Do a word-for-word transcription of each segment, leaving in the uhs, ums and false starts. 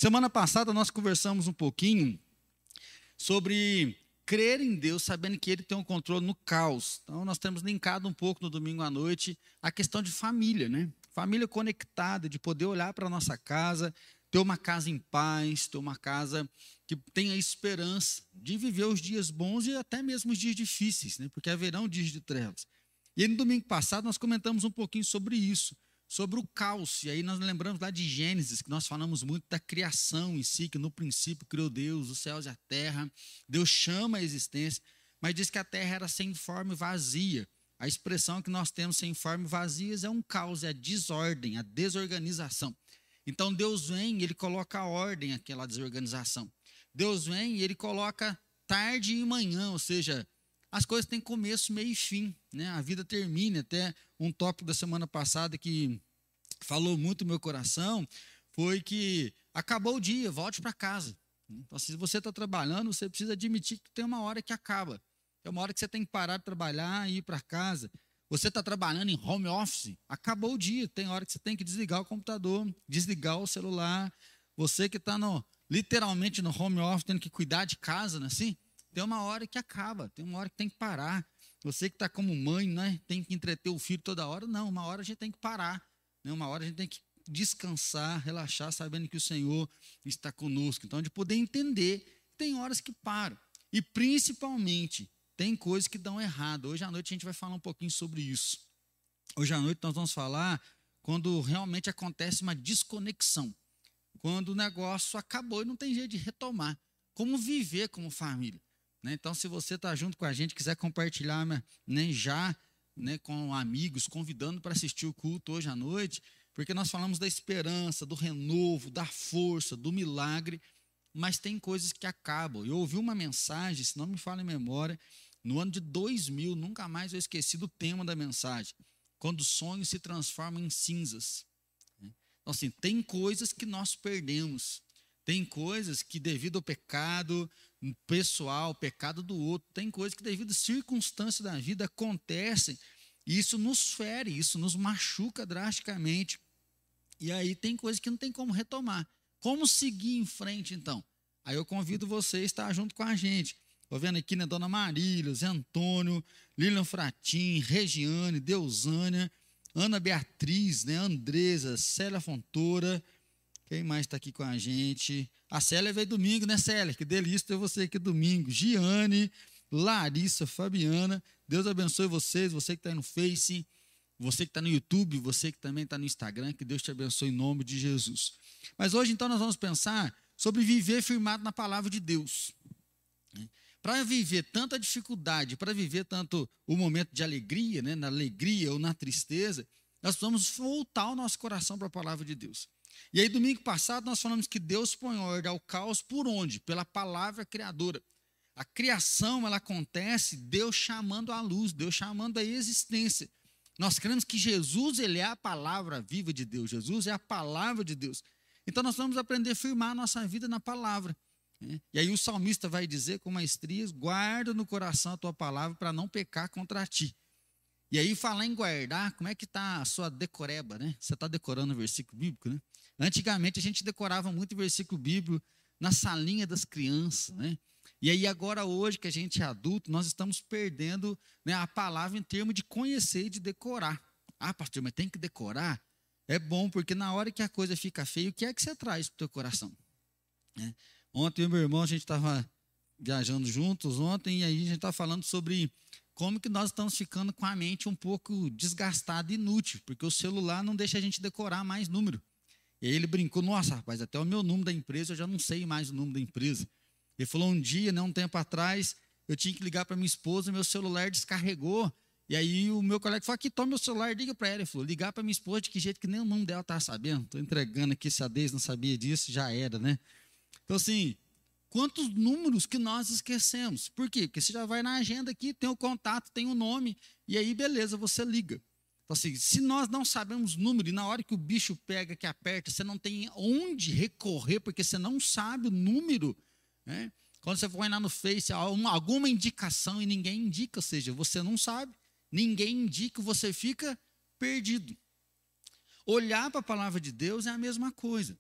Semana passada nós conversamos um pouquinho sobre crer em Deus, sabendo que Ele tem um controle no caos. Então nós temos linkado um pouco no domingo à noite a questão de família, né? Família conectada, de poder olhar para a nossa casa, ter uma casa em paz, ter uma casa que tenha esperança de viver os dias bons e até mesmo os dias difíceis, né? Porque haverão dias de trevas. E aí, no domingo passado nós comentamos um pouquinho sobre isso, sobre o caos. E aí nós lembramos lá de Gênesis, que nós falamos muito da criação em si, que no princípio criou Deus, os céus e a terra. Deus chama a existência, mas diz que a terra era sem forma e vazia. A expressão que nós temos sem forma e vazias é um caos, é a desordem, a desorganização. Então Deus vem e Ele coloca a ordem àquela desorganização. Deus vem e Ele coloca tarde e manhã, ou seja, as coisas têm começo, meio e fim, né? A vida termina. Até um tópico da semana passada que falou muito no meu coração foi que acabou o dia, volte para casa. Então, se você está trabalhando, você precisa admitir que tem uma hora que acaba. Tem uma hora que você tem que parar de trabalhar e ir para casa. Você está trabalhando em home office, acabou o dia. Tem hora que você tem que desligar o computador, desligar o celular. Você que está no, literalmente no home office, tendo que cuidar de casa, não é assim? Tem uma hora que acaba, tem uma hora que tem que parar. Você que está como mãe, né, tem que entreter o filho toda hora. Não, uma hora a gente tem que parar. Né? Uma hora a gente tem que descansar, relaxar, sabendo que o Senhor está conosco. Então, de poder entender, tem horas que param. E, principalmente, tem coisas que dão errado. Hoje à noite a gente vai falar um pouquinho sobre isso. Hoje à noite nós vamos falar quando realmente acontece uma desconexão. Quando o negócio acabou e não tem jeito de retomar. Como viver como família. Então, se você está junto com a gente, quiser compartilhar, né, já, né, com amigos, convidando para assistir o culto hoje à noite, porque nós falamos da esperança, do renovo, da força, do milagre, mas tem coisas que acabam. Eu ouvi uma mensagem, se não me falha em memória, no ano de dois mil, nunca mais eu esqueci do tema da mensagem, quando sonhos se transformam em cinzas. Então, assim, tem coisas que nós perdemos. Tem coisas que, devido ao pecado pessoal, pecado do outro, tem coisas que, devido às circunstâncias da vida, acontecem, e isso nos fere, isso nos machuca drasticamente. E aí tem coisas que não tem como retomar. Como seguir em frente, então? Aí eu convido você a estar junto com a gente. Estou vendo aqui, né, Dona Marília, Zé Antônio, Lilian Fratin, Regiane, Deusânia, Ana Beatriz, né, Andresa, Célia Fontoura. Quem mais está aqui com a gente? A Célia veio domingo, né, Célia? Que delícia ter você aqui domingo. Giane, Larissa, Fabiana. Deus abençoe vocês, você que está aí no Face, você que está no YouTube, você que também está no Instagram. Que Deus te abençoe em nome de Jesus. Mas hoje, então, nós vamos pensar sobre viver firmado na palavra de Deus. Para viver tanta dificuldade, para viver tanto o momento de alegria, né, na alegria ou na tristeza, nós precisamos voltar o nosso coração para a palavra de Deus. E aí, domingo passado, nós falamos que Deus põe ordem ao caos por onde? Pela palavra criadora. A criação, ela acontece Deus chamando a luz, Deus chamando a existência. Nós cremos que Jesus, ele é a palavra viva de Deus. Jesus é a palavra de Deus. Então, nós vamos aprender a firmar a nossa vida na palavra. Né? E aí o salmista vai dizer com maestria: guarda no coração a tua palavra para não pecar contra ti. E aí, falar em guardar, como é que está a sua decoreba, né? Você está decorando o versículo bíblico, né? Antigamente, a gente decorava muito versículo bíblico na salinha das crianças, né? E aí, agora, hoje, que a gente é adulto, nós estamos perdendo, né, a palavra em termos de conhecer e de decorar. Ah, pastor, mas tem que decorar? É bom, porque na hora que a coisa fica feia, o que é que você traz para o teu coração? É. Ontem, eu e meu irmão, a gente estava viajando juntos ontem, e aí a gente estava falando sobre como que nós estamos ficando com a mente um pouco desgastada e inútil, porque o celular não deixa a gente decorar mais número. E aí ele brincou: nossa, rapaz, até o meu número da empresa, eu já não sei mais o número da empresa. Ele falou: um dia, né, um tempo atrás, eu tinha que ligar para minha esposa, meu celular descarregou, e aí o meu colega falou: aqui, toma meu celular, liga para ela. Ele falou: ligar para minha esposa de que jeito que nem o nome dela estava sabendo? Estou entregando aqui, se a Deise não sabia disso, já era, né? Então, assim, quantos números que nós esquecemos? Por quê? Porque você já vai na agenda aqui, tem o contato, tem o nome, e aí, beleza, você liga. Então, assim, se nós não sabemos número, e na hora que o bicho pega, que aperta, você não tem onde recorrer, porque você não sabe o número, né? Quando você for lá no Face, há uma, alguma indicação e ninguém indica, ou seja, você não sabe, ninguém indica, você fica perdido. Olhar para a palavra de Deus é a mesma coisa.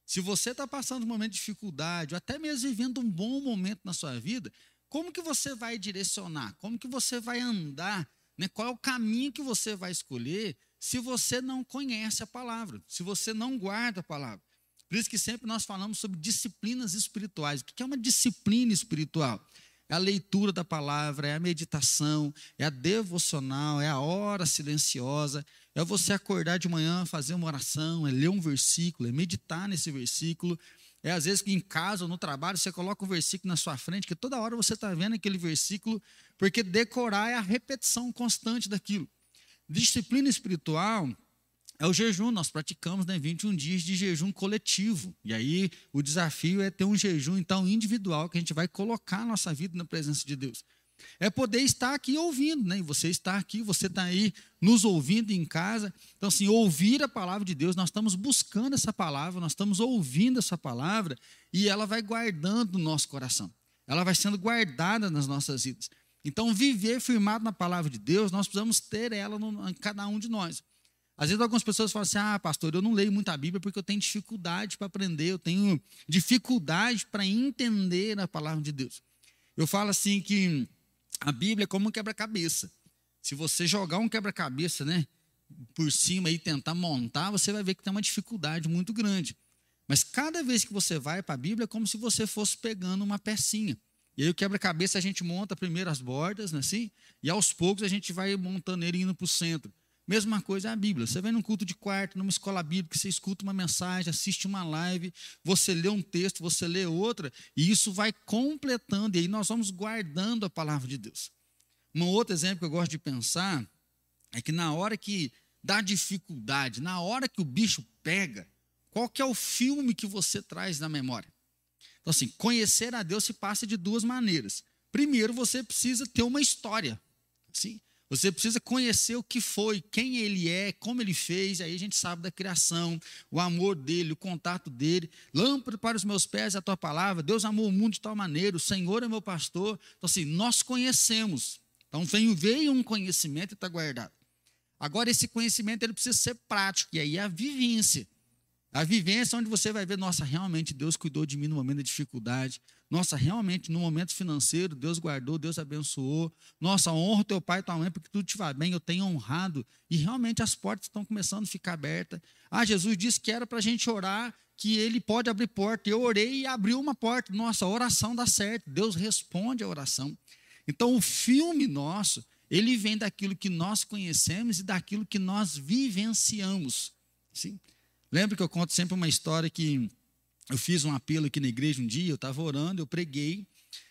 Se você está passando um momento de dificuldade, ou até mesmo vivendo um bom momento na sua vida, como que você vai direcionar? Como que você vai andar? Né? Qual é o caminho que você vai escolher se você não conhece a palavra, se você não guarda a palavra? Por isso que sempre nós falamos sobre disciplinas espirituais. O que é uma disciplina espiritual? É a leitura da palavra, é a meditação, é a devocional, é a hora silenciosa, é você acordar de manhã, fazer uma oração, é ler um versículo, é meditar nesse versículo. É às vezes que em casa ou no trabalho você coloca um versículo na sua frente, que toda hora você está vendo aquele versículo, porque decorar é a repetição constante daquilo. Disciplina espiritual é o jejum. Nós praticamos, né, vinte e um dias de jejum coletivo. E aí o desafio é ter um jejum, então, individual, que a gente vai colocar a nossa vida na presença de Deus. É poder estar aqui ouvindo, né? E você está aqui, você está aí nos ouvindo em casa. Então, assim, ouvir a palavra de Deus, nós estamos buscando essa palavra, nós estamos ouvindo essa palavra, e ela vai guardando no nosso coração. Ela vai sendo guardada nas nossas vidas. Então, viver firmado na palavra de Deus, nós precisamos ter ela no, em cada um de nós. Às vezes algumas pessoas falam assim: ah, pastor, eu não leio muito a Bíblia porque eu tenho dificuldade para aprender, eu tenho dificuldade para entender a palavra de Deus. Eu falo assim que a Bíblia é como um quebra-cabeça. Se você jogar um quebra-cabeça, né, por cima e tentar montar, você vai ver que tem uma dificuldade muito grande. Mas cada vez que você vai para a Bíblia, é como se você fosse pegando uma pecinha. E aí o quebra-cabeça a gente monta primeiro as bordas, né, assim, e aos poucos a gente vai montando ele indo para o centro. Mesma coisa é a Bíblia. Você vem num culto de quarto, numa escola bíblica, você escuta uma mensagem, assiste uma live, você lê um texto, você lê outra, e isso vai completando, e aí nós vamos guardando a palavra de Deus. Um outro exemplo que eu gosto de pensar é que na hora que dá dificuldade, na hora que o bicho pega, qual que é o filme que você traz na memória? Então, assim, conhecer a Deus se passa de duas maneiras. Primeiro, você precisa ter uma história, assim. Você precisa conhecer o que foi, quem ele é, como ele fez, aí a gente sabe da criação, o amor dele, o contato dele. Lâmpada para os meus pés é a tua palavra, Deus amou o mundo de tal maneira, o Senhor é meu pastor. Então, assim, nós conhecemos. Então, veio, veio um conhecimento e está guardado. Agora, esse conhecimento ele precisa ser prático, e aí é a vivência. A vivência é onde você vai ver: nossa, realmente Deus cuidou de mim no momento da dificuldade. Nossa, realmente no momento financeiro Deus guardou, Deus abençoou. Nossa, honra teu pai e tua mãe porque tudo te vai bem, eu tenho honrado. E realmente as portas estão começando a ficar abertas. Ah, Jesus disse que era para a gente orar, que ele pode abrir porta. Eu orei e abriu uma porta. Nossa, a oração dá certo, Deus responde a oração. Então o filme nosso, ele vem daquilo que nós conhecemos e daquilo que nós vivenciamos. Sim? Lembra que eu conto sempre uma história que eu fiz um apelo aqui na igreja um dia, eu estava orando, eu preguei,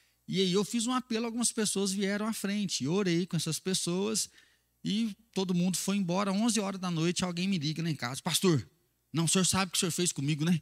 e aí eu fiz um apelo, algumas pessoas vieram à frente, eu orei com essas pessoas, e todo mundo foi embora. Onze horas da noite, alguém me liga lá em casa: pastor, não, o senhor sabe o que o senhor fez comigo, né?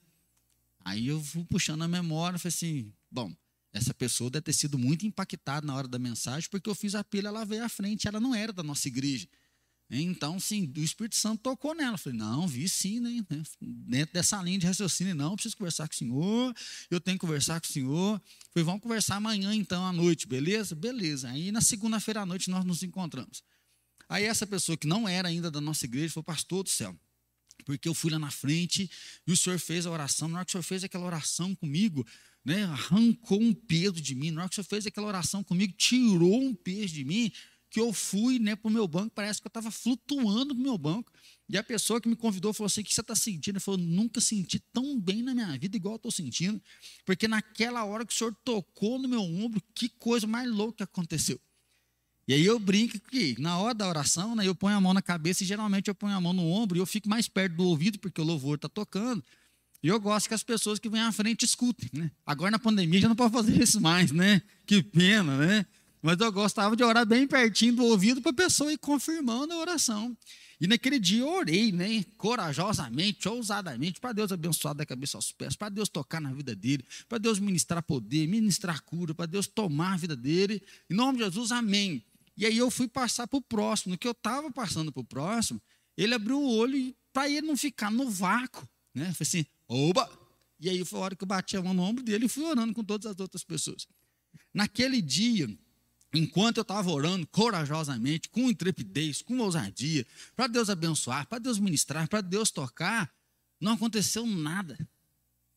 Aí eu fui puxando a memória, falei assim: bom, essa pessoa deve ter sido muito impactada na hora da mensagem, porque eu fiz apelo, ela veio à frente, ela não era da nossa igreja. Então, sim, o Espírito Santo tocou nela. Eu falei: não, vi sim, né? Dentro dessa linha de raciocínio, não, eu preciso conversar com o senhor, eu tenho que conversar com o senhor. Eu falei: vamos conversar amanhã, então, à noite, beleza? Beleza. Aí, na segunda-feira à noite, nós nos encontramos. Aí, essa pessoa que não era ainda da nossa igreja falou: pastor do céu, porque eu fui lá na frente e o senhor fez a oração. Na hora que o senhor fez aquela oração comigo, né, arrancou um peso de mim. Na hora que o senhor fez aquela oração comigo, tirou um peso de mim, que eu fui, né, para o meu banco, parece que eu estava flutuando no meu banco, e a pessoa que me convidou falou assim: o que você está sentindo? Ele falou: nunca senti tão bem na minha vida igual eu estou sentindo, porque naquela hora que o senhor tocou no meu ombro, que coisa mais louca que aconteceu. E aí eu brinco que na hora da oração, né, eu ponho a mão na cabeça, e geralmente eu ponho a mão no ombro, e eu fico mais perto do ouvido, porque o louvor está tocando, e eu gosto que as pessoas que vêm à frente escutem, né? Agora na pandemia já não pode fazer isso mais, né? Que pena, né? Mas eu gostava de orar bem pertinho do ouvido para a pessoa ir confirmando a oração. E naquele dia eu orei, né, corajosamente, ousadamente, para Deus abençoar da cabeça aos pés, para Deus tocar na vida dele, para Deus ministrar poder, ministrar cura, para Deus tomar a vida dele. Em nome de Jesus, amém. E aí eu fui passar para o próximo. No que eu estava passando para o próximo, ele abriu o olho para ele não ficar no vácuo, né? Falei assim: oba! E aí foi a hora que eu bati a mão no ombro dele e fui orando com todas as outras pessoas. Naquele dia, enquanto eu estava orando corajosamente, com intrepidez, com ousadia, para Deus abençoar, para Deus ministrar, para Deus tocar, não aconteceu nada.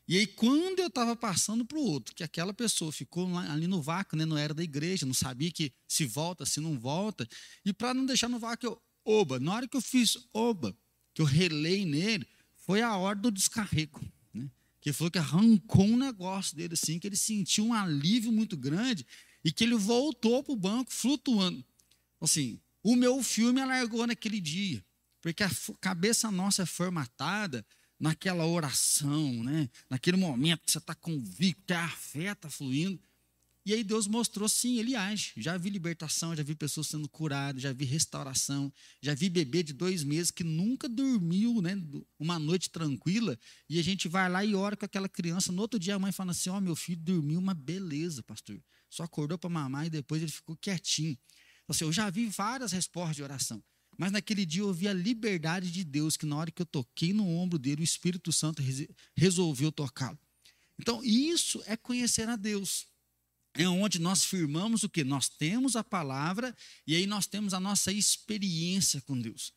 E aí, quando eu estava passando para o outro, que aquela pessoa ficou lá, ali no vácuo, né, não era da igreja, não sabia que se volta, se não volta, e para não deixar no vácuo, eu, oba, na hora que eu fiz oba, que eu relei nele, foi a hora do descarrego, né? Que falou que arrancou um negócio dele, assim, que ele sentiu um alívio muito grande, e que ele voltou para o banco flutuando. Assim, o meu filme alargou naquele dia, porque a cabeça nossa é formatada naquela oração, né? Naquele momento que você está convicto, a fé está fluindo. E aí Deus mostrou, sim, ele age. Já vi libertação, já vi pessoas sendo curadas, já vi restauração, já vi bebê de dois meses que nunca dormiu, né? Uma noite tranquila, e a gente vai lá e ora com aquela criança. No outro dia a mãe fala assim, ó, oh, meu filho dormiu uma beleza, pastor. Só acordou para mamar e depois ele ficou quietinho. Assim, eu já vi várias respostas de oração. Mas naquele dia eu vi a liberdade de Deus, que na hora que eu toquei no ombro dele, o Espírito Santo resolveu tocá-lo. Então, isso é conhecer a Deus. É onde nós firmamos o quê? Nós temos a palavra e aí nós temos a nossa experiência com Deus.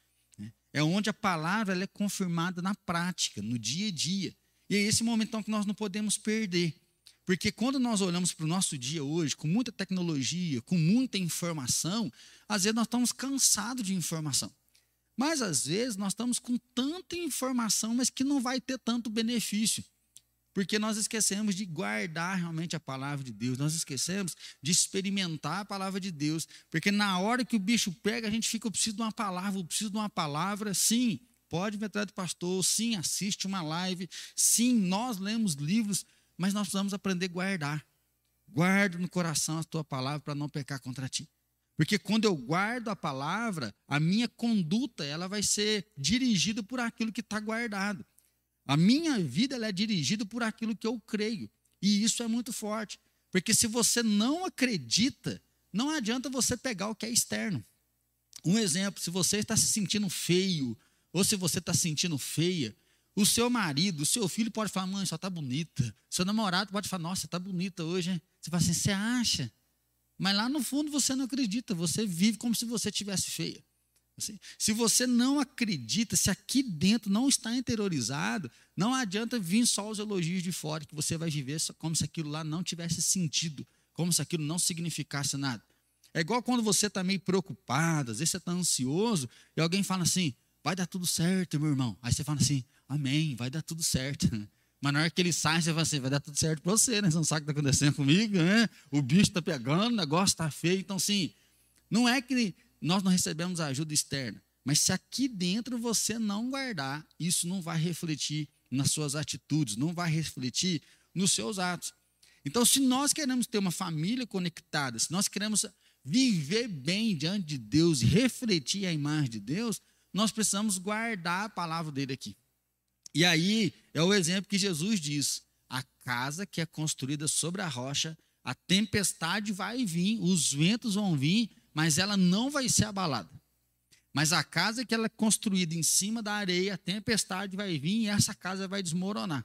É onde a palavra ela é confirmada na prática, no dia a dia. E é esse momento então, que nós não podemos perder. Porque quando nós olhamos para o nosso dia hoje, com muita tecnologia, com muita informação, às vezes nós estamos cansados de informação. Mas às vezes nós estamos com tanta informação, mas que não vai ter tanto benefício. Porque nós esquecemos de guardar realmente a palavra de Deus, nós esquecemos de experimentar a palavra de Deus, porque na hora que o bicho pega, a gente fica, eu preciso de uma palavra, eu preciso de uma palavra, sim, pode vir atrás do pastor, sim, assiste uma live, sim, nós lemos livros, mas nós precisamos aprender a guardar. Guarda no coração a tua palavra para não pecar contra ti. Porque quando eu guardo a palavra, a minha conduta ela vai ser dirigida por aquilo que está guardado. A minha vida ela é dirigida por aquilo que eu creio. E isso é muito forte. Porque se você não acredita, não adianta você pegar o que é externo. Um exemplo, se você está se sentindo feio, ou se você está se sentindo feia, o seu marido, o seu filho pode falar, mãe, só está bonita. Seu namorado pode falar, nossa, está bonita hoje, hein? Você fala assim, você acha? Mas lá no fundo você não acredita, você vive como se você tivesse feia. Assim, se você não acredita, se aqui dentro não está interiorizado, não adianta vir só os elogios de fora, que você vai viver como se aquilo lá não tivesse sentido, como se aquilo não significasse nada. É igual quando você está meio preocupado, às vezes você está ansioso, e alguém fala assim, vai dar tudo certo, meu irmão. Aí você fala assim, amém, vai dar tudo certo. Mas na hora que ele sai, você fala assim, vai dar tudo certo para você, né? Você não sabe o que está acontecendo comigo, né? O bicho está pegando, o negócio está feio. Então, sim, não é que nós não recebemos ajuda externa, mas se aqui dentro você não guardar, isso não vai refletir nas suas atitudes, não vai refletir nos seus atos. Então, se nós queremos ter uma família conectada, se nós queremos viver bem diante de Deus e refletir a imagem de Deus, nós precisamos guardar a palavra dele aqui. E aí é o exemplo que Jesus diz, a casa que é construída sobre a rocha, a tempestade vai vir, os ventos vão vir, mas ela não vai ser abalada. Mas a casa que ela é construída em cima da areia, a tempestade vai vir e essa casa vai desmoronar.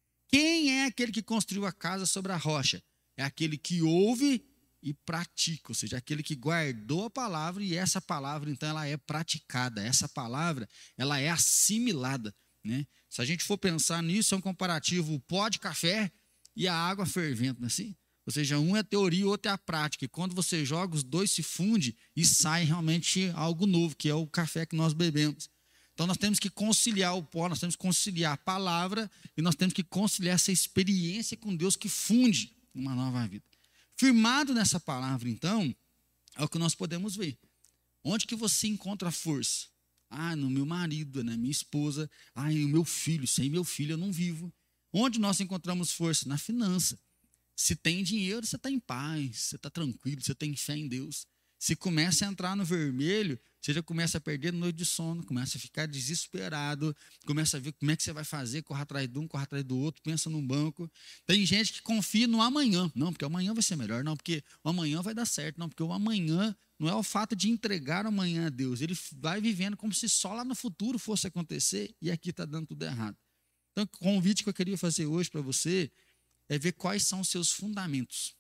Quem é aquele que construiu a casa sobre a rocha? É aquele que ouve e pratica, ou seja, aquele que guardou a palavra e essa palavra, então, ela é praticada. Essa palavra, ela é assimilada, né? Se a gente for pensar nisso, é um comparativo o pó de café e a água fervendo, não é assim? Ou seja, um é a teoria e o outro é a prática. E quando você joga, os dois se fundem e sai realmente algo novo, que é o café que nós bebemos. Então, nós temos que conciliar o pó, nós temos que conciliar a palavra e nós temos que conciliar essa experiência com Deus que funde uma nova vida. Firmado nessa palavra, então, é o que nós podemos ver. Onde que você encontra força? Ah, no meu marido, na minha esposa. Ah, no meu filho. Sem meu filho eu não vivo. Onde nós encontramos força? Na finança. Se tem dinheiro, você está em paz, você está tranquilo, você tem fé em Deus. Se começa a entrar no vermelho, você já começa a perder noite de sono, começa a ficar desesperado, começa a ver como é que você vai fazer, corre atrás de um, corre atrás do outro, pensa num banco. Tem gente que confia no amanhã. Não, porque o amanhã vai ser melhor. Não, porque o amanhã vai dar certo. Não, porque o amanhã não é o fato de entregar o amanhã a Deus. Ele vai vivendo como se só lá no futuro fosse acontecer e aqui está dando tudo errado. Então, o convite que eu queria fazer hoje para você é ver quais são os seus fundamentos.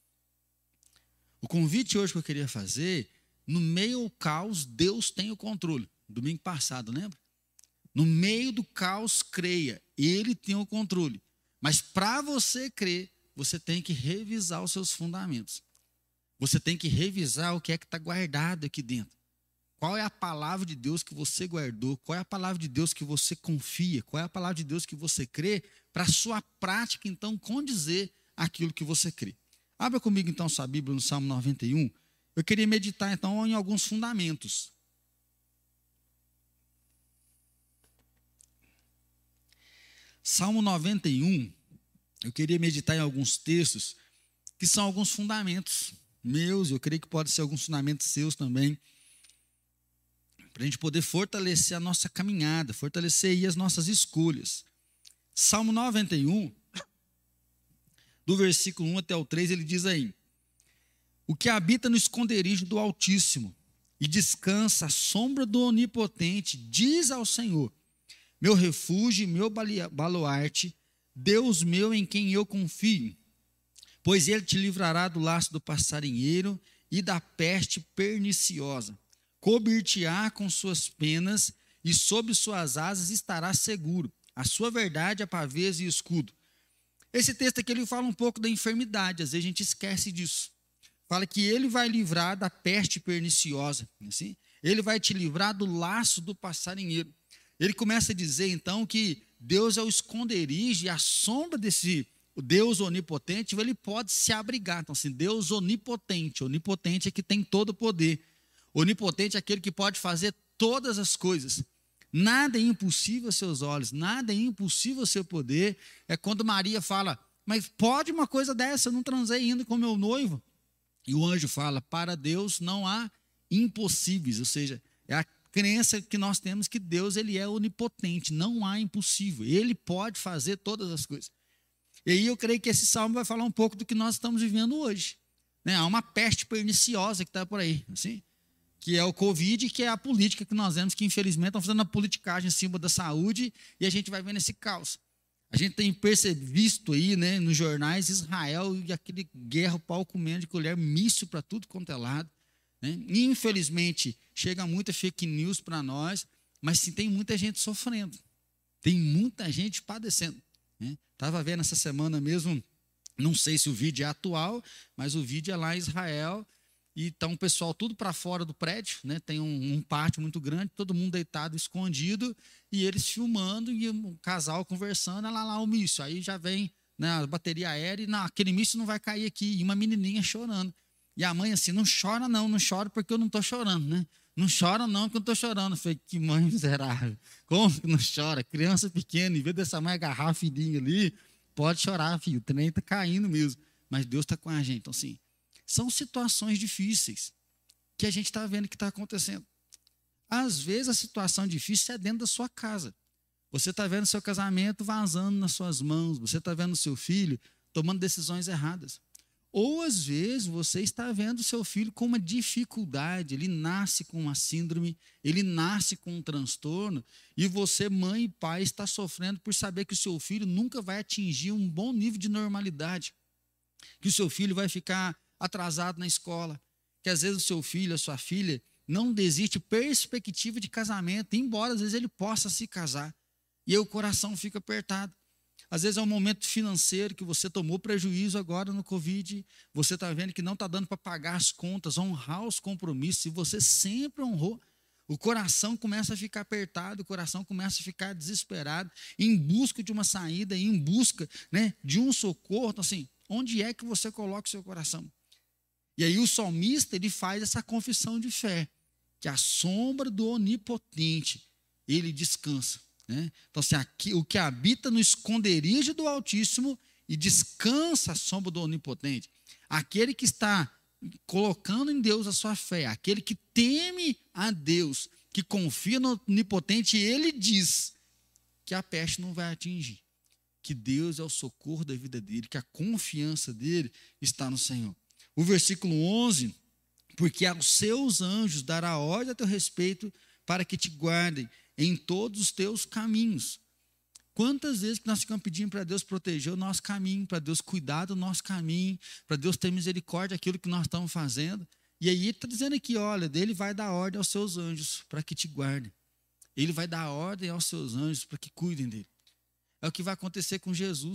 O convite hoje que eu queria fazer, no meio do caos, Deus tem o controle. Domingo passado, lembra? No meio do caos, creia, Ele tem o controle. Mas para você crer, você tem que revisar os seus fundamentos. Você tem que revisar o que é que está guardado aqui dentro. Qual é a palavra de Deus que você guardou? Qual é a palavra de Deus que você confia? Qual é a palavra de Deus que você crê? Para a sua prática, então, condizer aquilo que você crê. Abra comigo, então, sua Bíblia no Salmo noventa e um. Eu queria meditar, então, em alguns fundamentos. Salmo noventa e um, eu queria meditar em alguns textos que são alguns fundamentos meus, eu creio que pode ser alguns fundamentos seus também, para a gente poder fortalecer a nossa caminhada, fortalecer aí as nossas escolhas. Salmo noventa e um, do versículo um até o três, ele diz aí: o que habita no esconderijo do Altíssimo e descansa à sombra do Onipotente, diz ao Senhor: meu refúgio e meu baluarte, Deus meu em quem eu confio. Pois ele te livrará do laço do passarinheiro e da peste perniciosa. Cobrir-te-á com suas penas e sob suas asas estará seguro. A sua verdade é pavês e escudo. Esse texto aqui ele fala um pouco da enfermidade, às vezes a gente esquece disso. Fala que ele vai livrar da peste perniciosa, assim? Ele vai te livrar do laço do passarinheiro. Ele começa a dizer, então, que Deus é o esconderijo e a sombra desse Deus onipotente, ele pode se abrigar. Então, assim, Deus onipotente, onipotente é que tem todo o poder. Onipotente é aquele que pode fazer todas as coisas. Nada é impossível aos seus olhos, nada é impossível ao seu poder. É quando Maria fala, mas pode uma coisa dessa, eu não transei ainda com meu noivo. E o anjo fala, para Deus não há impossíveis, ou seja, é a crença que nós temos que Deus ele é onipotente, não há impossível, ele pode fazer todas as coisas. E aí eu creio que esse salmo vai falar um pouco do que nós estamos vivendo hoje, né? Há uma peste perniciosa que está por aí, assim, que é o Covid, que é a política que nós vemos, que infelizmente estão fazendo a politicagem em cima da saúde, e a gente vai vendo esse caos. A gente tem percebido, visto aí, né, nos jornais, Israel e aquele guerra, o pau comendo de colher, míssil para tudo quanto é lado. Né? Infelizmente, chega muita fake news para nós, mas sim, tem muita gente sofrendo, tem muita gente padecendo. Estava vendo essa semana mesmo, não sei se o vídeo é atual, mas o vídeo é lá em Israel, e está um pessoal tudo para fora do prédio, né? Tem um, um pátio muito grande, todo mundo deitado, escondido, e eles filmando, e um casal conversando, lá lá o míssil, aí já vem, né, a bateria aérea, e não, aquele míssil não vai cair aqui, e uma menininha chorando. E a mãe assim, não chora não, não chora porque eu não estou chorando, né? Não chora não que eu estou chorando. Eu falei, que mãe miserável, como que não chora? Criança pequena, em vez dessa mãe agarrar a filhinha ali, pode chorar, filho, o trem está caindo mesmo, mas Deus está com a gente. Então assim, são situações difíceis que a gente está vendo que está acontecendo. Às vezes a situação difícil é dentro da sua casa. Você está vendo seu casamento vazando nas suas mãos, você está vendo seu filho tomando decisões erradas. Ou, às vezes, você está vendo o seu filho com uma dificuldade, ele nasce com uma síndrome, ele nasce com um transtorno, e você, mãe e pai, está sofrendo por saber que o seu filho nunca vai atingir um bom nível de normalidade, que o seu filho vai ficar atrasado na escola, que às vezes o seu filho, a sua filha, não desiste perspectiva de casamento, embora às vezes ele possa se casar, e aí o coração fica apertado. Às vezes é um momento financeiro que você tomou prejuízo agora no Covid, você está vendo que não está dando para pagar as contas, honrar os compromissos, e você sempre honrou, o coração começa a ficar apertado, o coração começa a ficar desesperado, em busca de uma saída, em busca, né, de um socorro. Então, assim, onde é que você coloca o seu coração? E aí o salmista ele faz essa confissão de fé, que a sombra do Onipotente, ele descansa. Né? Então, assim, aqui, o que habita no esconderijo do Altíssimo e descansa à sombra do Onipotente, aquele que está colocando em Deus a sua fé, aquele que teme a Deus, que confia no Onipotente, ele diz que a peste não vai atingir, que Deus é o socorro da vida dele, que a confiança dele está no Senhor. O versículo onze, porque aos seus anjos dará ordem a teu respeito para que te guardem em todos os teus caminhos. Quantas vezes que nós ficamos pedindo para Deus proteger o nosso caminho, para Deus cuidar do nosso caminho, para Deus ter misericórdia daquilo que nós estamos fazendo. E aí ele está dizendo aqui, olha, ele vai dar ordem aos seus anjos para que te guardem. Ele vai dar ordem aos seus anjos para que cuidem dele. É o que vai acontecer com Jesus.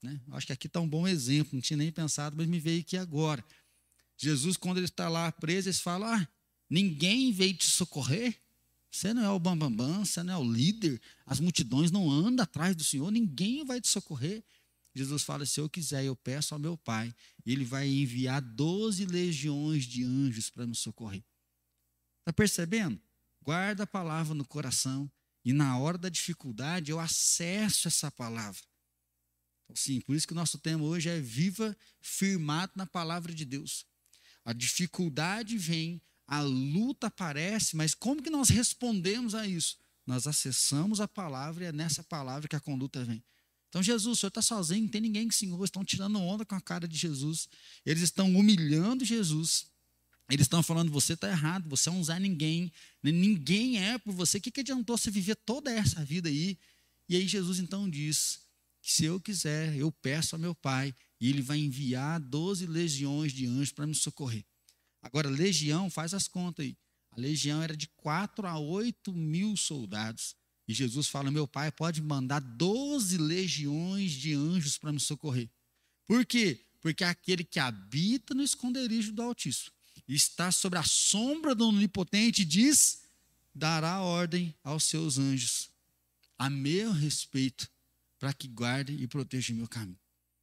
né? Acho que aqui está um bom exemplo, não tinha nem pensado, mas me veio aqui agora. Jesus, quando ele está lá preso, eles falam: ah, ninguém veio te socorrer? Você não é o bambambam, bam, bam, você não é o líder, as multidões não andam atrás do Senhor, ninguém vai te socorrer. Jesus fala: se eu quiser, eu peço ao meu Pai, e Ele vai enviar doze legiões de anjos para me socorrer. Está percebendo? Guarda a palavra no coração, e na hora da dificuldade eu acesso essa palavra. Então, sim, por isso que o nosso tema hoje é: viva firmado na palavra de Deus. A dificuldade vem, a luta aparece, mas como que nós respondemos a isso? Nós acessamos a palavra e é nessa palavra que a conduta vem. Então, Jesus, o Senhor está sozinho, não tem ninguém que o Senhor, estão tirando onda com a cara de Jesus, eles estão humilhando Jesus, eles estão falando: você está errado, você é um Zé Ninguém, ninguém é por você, o que, que adiantou você viver toda essa vida aí? E aí Jesus então diz que se eu quiser, eu peço ao meu Pai, e Ele vai enviar doze legiões de anjos para me socorrer. Agora, legião, faz as contas aí, a legião era de quatro a oito mil soldados, e Jesus fala: meu Pai pode mandar doze legiões de anjos para me socorrer. Por quê? Porque aquele que habita no esconderijo do Altíssimo, está sobre a sombra do Onipotente, diz: dará ordem aos seus anjos a meu respeito, para que guardem e protejam o meu caminho.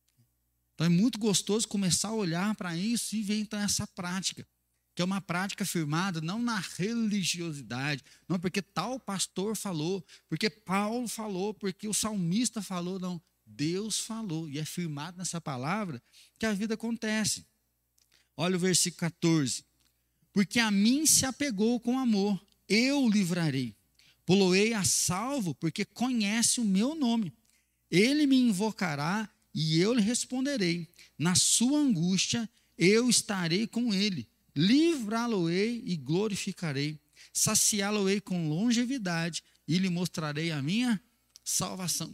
Então é muito gostoso começar a olhar para isso e ver então essa prática, que é uma prática firmada não na religiosidade, não porque tal pastor falou, porque Paulo falou, porque o salmista falou, não. Deus falou, e é firmado nessa palavra que a vida acontece. Olha o versículo quatorze. Porque a mim se apegou com amor, eu o livrarei. Poloei a salvo, porque conhece o meu nome. Ele me invocará e eu lhe responderei. Na sua angústia eu estarei com ele. Livrá-lo-ei e glorificarei. Saciá-lo-ei com longevidade e lhe mostrarei a minha salvação.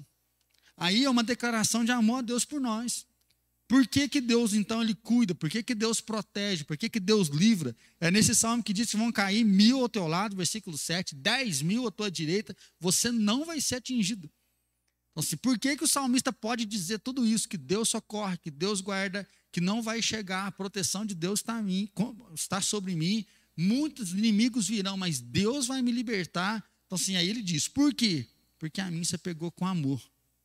Aí é uma declaração de amor a Deus por nós. Por que que Deus, então, Ele cuida? Por que que Deus protege? Por que que Deus livra? É nesse salmo que diz que vão cair mil ao teu lado, versículo sete, dez mil à tua direita, você não vai ser atingido. Então, assim, por que que o salmista pode dizer tudo isso? Que Deus socorre, que Deus guarda, que não vai chegar, a proteção de Deus está, a mim, está sobre mim, muitos inimigos virão, mas Deus vai me libertar. Então, assim, aí ele diz: por quê? Porque a mim você pegou com amor.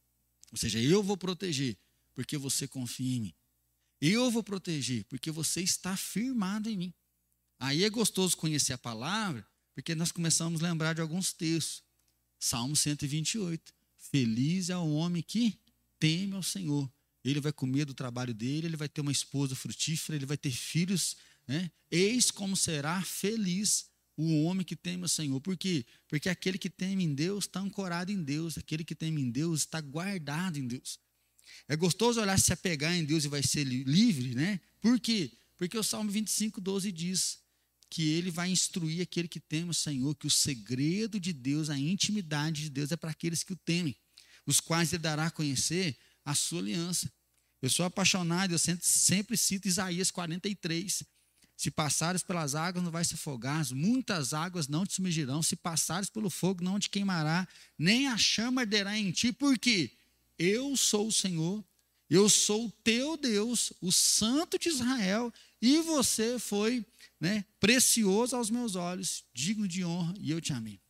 Ou seja, eu vou proteger, porque você confia em mim. Eu vou proteger, porque você está firmado em mim. Aí é gostoso conhecer a palavra, porque nós começamos a lembrar de alguns textos. Salmo cento e vinte e oito. Feliz é o homem que teme ao Senhor. Ele vai comer do trabalho dele, ele vai ter uma esposa frutífera, ele vai ter filhos, né? Eis como será feliz o homem que teme ao Senhor. Por quê? Porque aquele que teme em Deus está ancorado em Deus, aquele que teme em Deus está guardado em Deus. É gostoso olhar, se apegar em Deus e vai ser livre, né? Por quê? Porque o Salmo vinte e cinco, doze diz que ele vai instruir aquele que teme o Senhor, que o segredo de Deus, a intimidade de Deus é para aqueles que o temem, os quais ele dará a conhecer a sua aliança. Eu sou apaixonado, eu sempre, sempre cito Isaías quarenta e três. Se passares pelas águas, não vais se afogar, muitas águas não te submergirão, se passares pelo fogo, não te queimará, nem a chama arderá em ti. Por quê? Eu sou o Senhor, eu sou o teu Deus, o Santo de Israel, e você foi, né, precioso aos meus olhos, digno de honra, e eu te amei.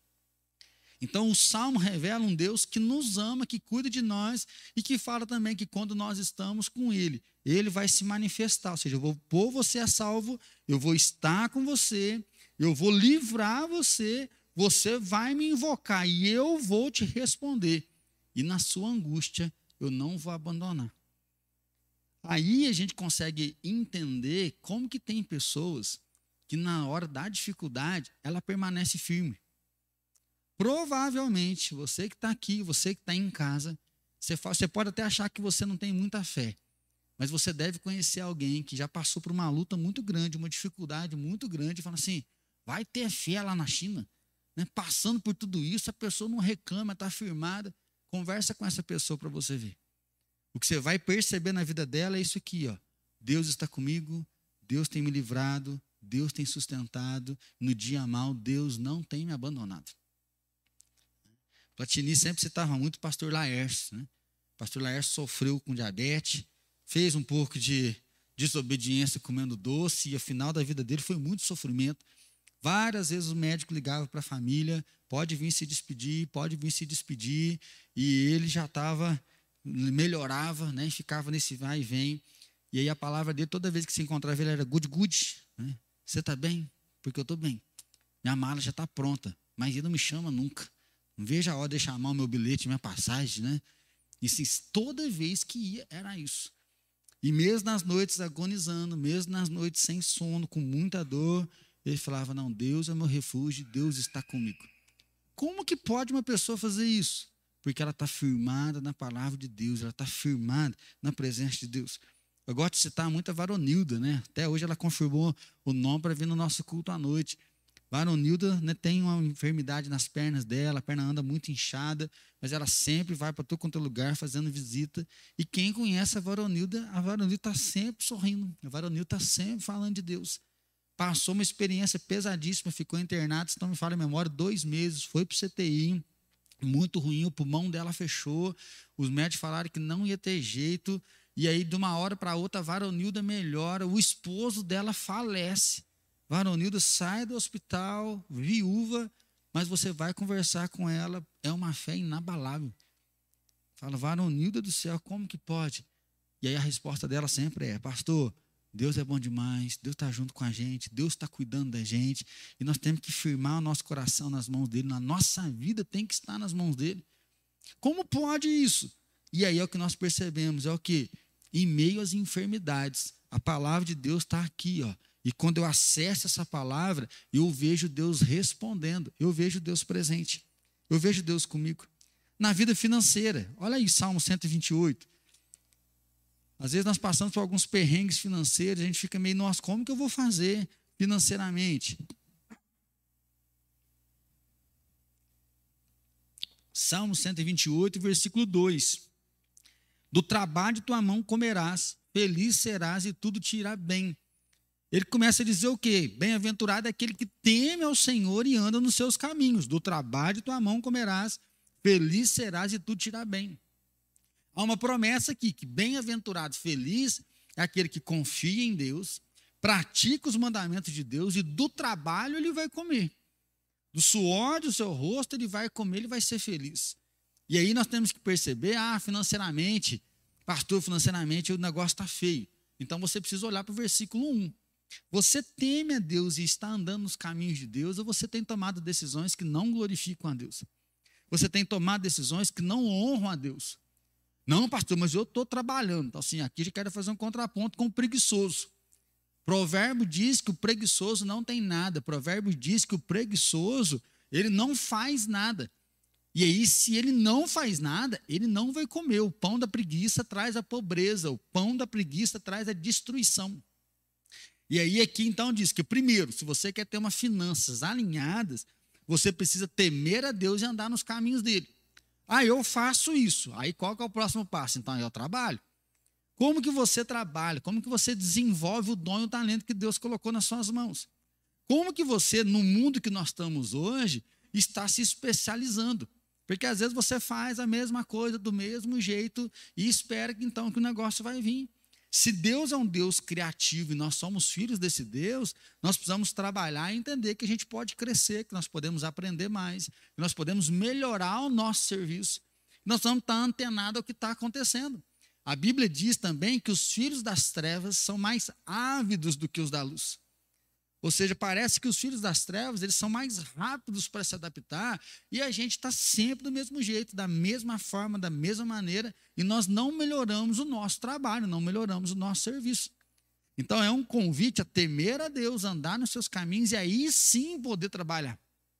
Então o Salmo revela um Deus que nos ama, que cuida de nós, e que fala também que quando nós estamos com Ele, Ele vai se manifestar. Ou seja, eu vou pôr você a salvo, eu vou estar com você, eu vou livrar você, você vai me invocar e eu vou te responder. E na sua angústia eu não vou abandonar. Aí a gente consegue entender como que tem pessoas que na hora da dificuldade ela permanece firme. Provavelmente, você que está aqui, você que está em casa, você, fala, você pode até achar que você não tem muita fé, mas você deve conhecer alguém que já passou por uma luta muito grande, uma dificuldade muito grande, e fala assim: vai ter fé lá na China, né? Passando por tudo isso, a pessoa não reclama, está firmada. Conversa com essa pessoa para você ver. O que você vai perceber na vida dela é isso aqui, ó. Deus está comigo, Deus tem me livrado, Deus tem sustentado, no dia mal, Deus não tem me abandonado. Platini sempre citava muito o pastor Laércio, né? pastor Laércio sofreu com diabetes, fez um pouco de desobediência comendo doce, e o final da vida dele foi muito sofrimento. Várias vezes o médico ligava para a família, pode vir se despedir, pode vir se despedir, e ele já estava, melhorava, né, e ficava nesse vai e vem. E aí a palavra dele, toda vez que se encontrava ele, era good, good. Né? Você está bem? Porque eu estou bem. Minha mala já está pronta, mas ele não me chama nunca. Não vejo a hora de chamar o meu bilhete, minha passagem, né? E assim, toda vez que ia, era isso. E mesmo nas noites agonizando, mesmo nas noites sem sono, com muita dor, ele falava, não, Deus é meu refúgio, Deus está comigo. Como que pode uma pessoa fazer isso? Porque ela está firmada na palavra de Deus, ela está firmada na presença de Deus. Eu gosto de citar muito a Varonilda, né? Até hoje ela confirmou o nome para vir no nosso culto à noite. Varonilda, né, tem uma enfermidade nas pernas dela, a perna anda muito inchada, mas ela sempre vai para todo quanto é lugar fazendo visita. E quem conhece a Varonilda, a Varonilda está sempre sorrindo, a Varonilda está sempre falando de Deus. Passou uma experiência pesadíssima, ficou internada, se não me falha a memória, dois meses, foi para o C T I, muito ruim, o pulmão dela fechou, os médicos falaram que não ia ter jeito, e aí de uma hora para outra a Varonilda melhora, o esposo dela falece. Varonilda sai do hospital, viúva, mas você vai conversar com ela, é uma fé inabalável. Fala, Varonilda do céu, como que pode? E aí a resposta dela sempre é, pastor, Deus é bom demais, Deus está junto com a gente, Deus está cuidando da gente, e nós temos que firmar o nosso coração nas mãos dele, na nossa vida tem que estar nas mãos dele. Como pode isso? E aí é o que nós percebemos, é o que? Em meio às enfermidades, a palavra de Deus está aqui, ó. E quando eu acesso essa palavra, eu vejo Deus respondendo, eu vejo Deus presente, eu vejo Deus comigo. Na vida financeira, olha aí Salmo cento e vinte e oito. Às vezes nós passamos por alguns perrengues financeiros, a gente fica meio, nossa, como que eu vou fazer financeiramente? Salmo cento e vinte e oito, versículo dois. Do trabalho de tua mão comerás, feliz serás e tudo te irá bem. Ele começa a dizer o quê? Bem-aventurado é aquele que teme ao Senhor e anda nos seus caminhos. Do trabalho de tua mão comerás, feliz serás e tudo te irá bem. Há uma promessa aqui, que bem-aventurado, feliz é aquele que confia em Deus, pratica os mandamentos de Deus e do trabalho ele vai comer. Do suor do seu rosto ele vai comer, ele vai ser feliz. E aí nós temos que perceber, ah, financeiramente, pastor, financeiramente o negócio está feio. Então você precisa olhar para o versículo um. Você teme a Deus e está andando nos caminhos de Deus, ou você tem tomado decisões que não glorificam a Deus? Você tem tomado decisões que não honram a Deus? Não, pastor, mas eu estou trabalhando. Então, assim, aqui eu quero fazer um contraponto com o preguiçoso. Provérbio diz que o preguiçoso não tem nada. Provérbio diz que o preguiçoso, ele não faz nada. E aí, se ele não faz nada, ele não vai comer. O pão da preguiça traz a pobreza, o pão da preguiça traz a destruição. E aí aqui então diz que primeiro, se você quer ter umas finanças alinhadas, você precisa temer a Deus e andar nos caminhos dele. Ah, eu faço isso. Aí qual que é o próximo passo? Então eu trabalho. Como que você trabalha? Como que você desenvolve o dom e o talento que Deus colocou nas suas mãos? Como que você, no mundo que nós estamos hoje, está se especializando? Porque às vezes você faz a mesma coisa do mesmo jeito e espera que então que o negócio vai vir. Se Deus é um Deus criativo e nós somos filhos desse Deus, nós precisamos trabalhar e entender que a gente pode crescer, que nós podemos aprender mais, que nós podemos melhorar o nosso serviço. Nós vamos estar antenados ao que está acontecendo. A Bíblia diz também que os filhos das trevas são mais ávidos do que os da luz. Ou seja, parece que os filhos das trevas eles são mais rápidos para se adaptar e a gente está sempre do mesmo jeito, da mesma forma, da mesma maneira e nós não melhoramos o nosso trabalho, não melhoramos o nosso serviço. Então é um convite a temer a Deus, andar nos seus caminhos e aí sim poder trabalhar.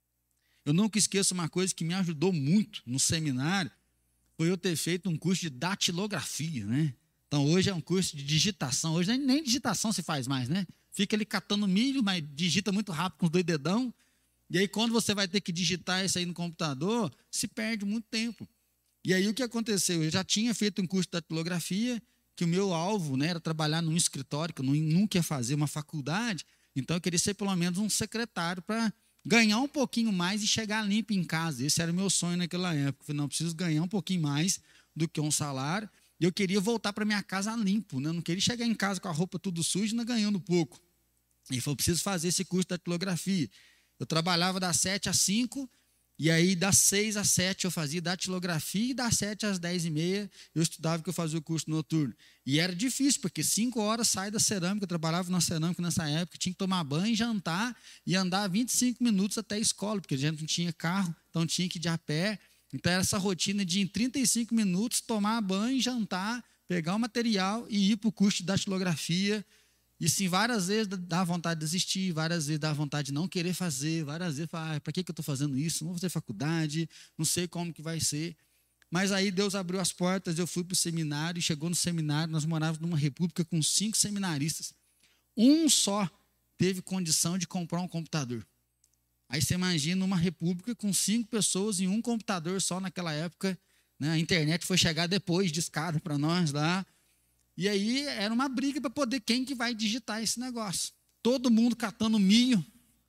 Eu nunca esqueço uma coisa que me ajudou muito no seminário, foi eu ter feito um curso de datilografia, né? Então hoje é um curso de digitação, hoje nem, nem digitação se faz mais, né? Fica ali catando milho, mas digita muito rápido com os dois dedão. E aí, quando você vai ter que digitar isso aí no computador, se perde muito tempo. E aí, o que aconteceu? Eu já tinha feito um curso de datilografia, que o meu alvo, né, era trabalhar num escritório, que eu nunca ia fazer uma faculdade. Então, eu queria ser pelo menos um secretário para ganhar um pouquinho mais e chegar limpo em casa. Esse era o meu sonho naquela época. Eu falei, não, eu preciso ganhar um pouquinho mais do que um salário. E eu queria voltar para minha casa limpo, né? Eu não queria chegar em casa com a roupa tudo suja e ainda ganhando pouco. E falou, preciso fazer esse curso da datilografia. Eu trabalhava das sete às cinco, e aí das seis às sete eu fazia datilografia, e das sete às dez e meia eu estudava, que eu fazia o curso noturno. E era difícil, porque cinco horas sai da cerâmica, eu trabalhava na cerâmica nessa época, tinha que tomar banho, jantar e andar vinte e cinco minutos até a escola, porque a gente não tinha carro, então tinha que ir de a pé. Então era essa rotina de em trinta e cinco minutos tomar banho, jantar, pegar o material e ir para o curso de datilografia. E sim, várias vezes dá vontade de desistir, várias vezes dá vontade de não querer fazer, várias vezes falar, ah, para que, que eu estou fazendo isso? Não vou fazer faculdade, não sei como que vai ser. Mas aí Deus abriu as portas, eu fui para o seminário, e chegou no seminário, nós morávamos numa república com cinco seminaristas. Um só teve condição de comprar um computador. Aí você imagina uma república com cinco pessoas e um computador só naquela época, né? A internet foi chegar depois de escada para nós lá. E aí era uma briga para poder quem que vai digitar esse negócio. Todo mundo catando milho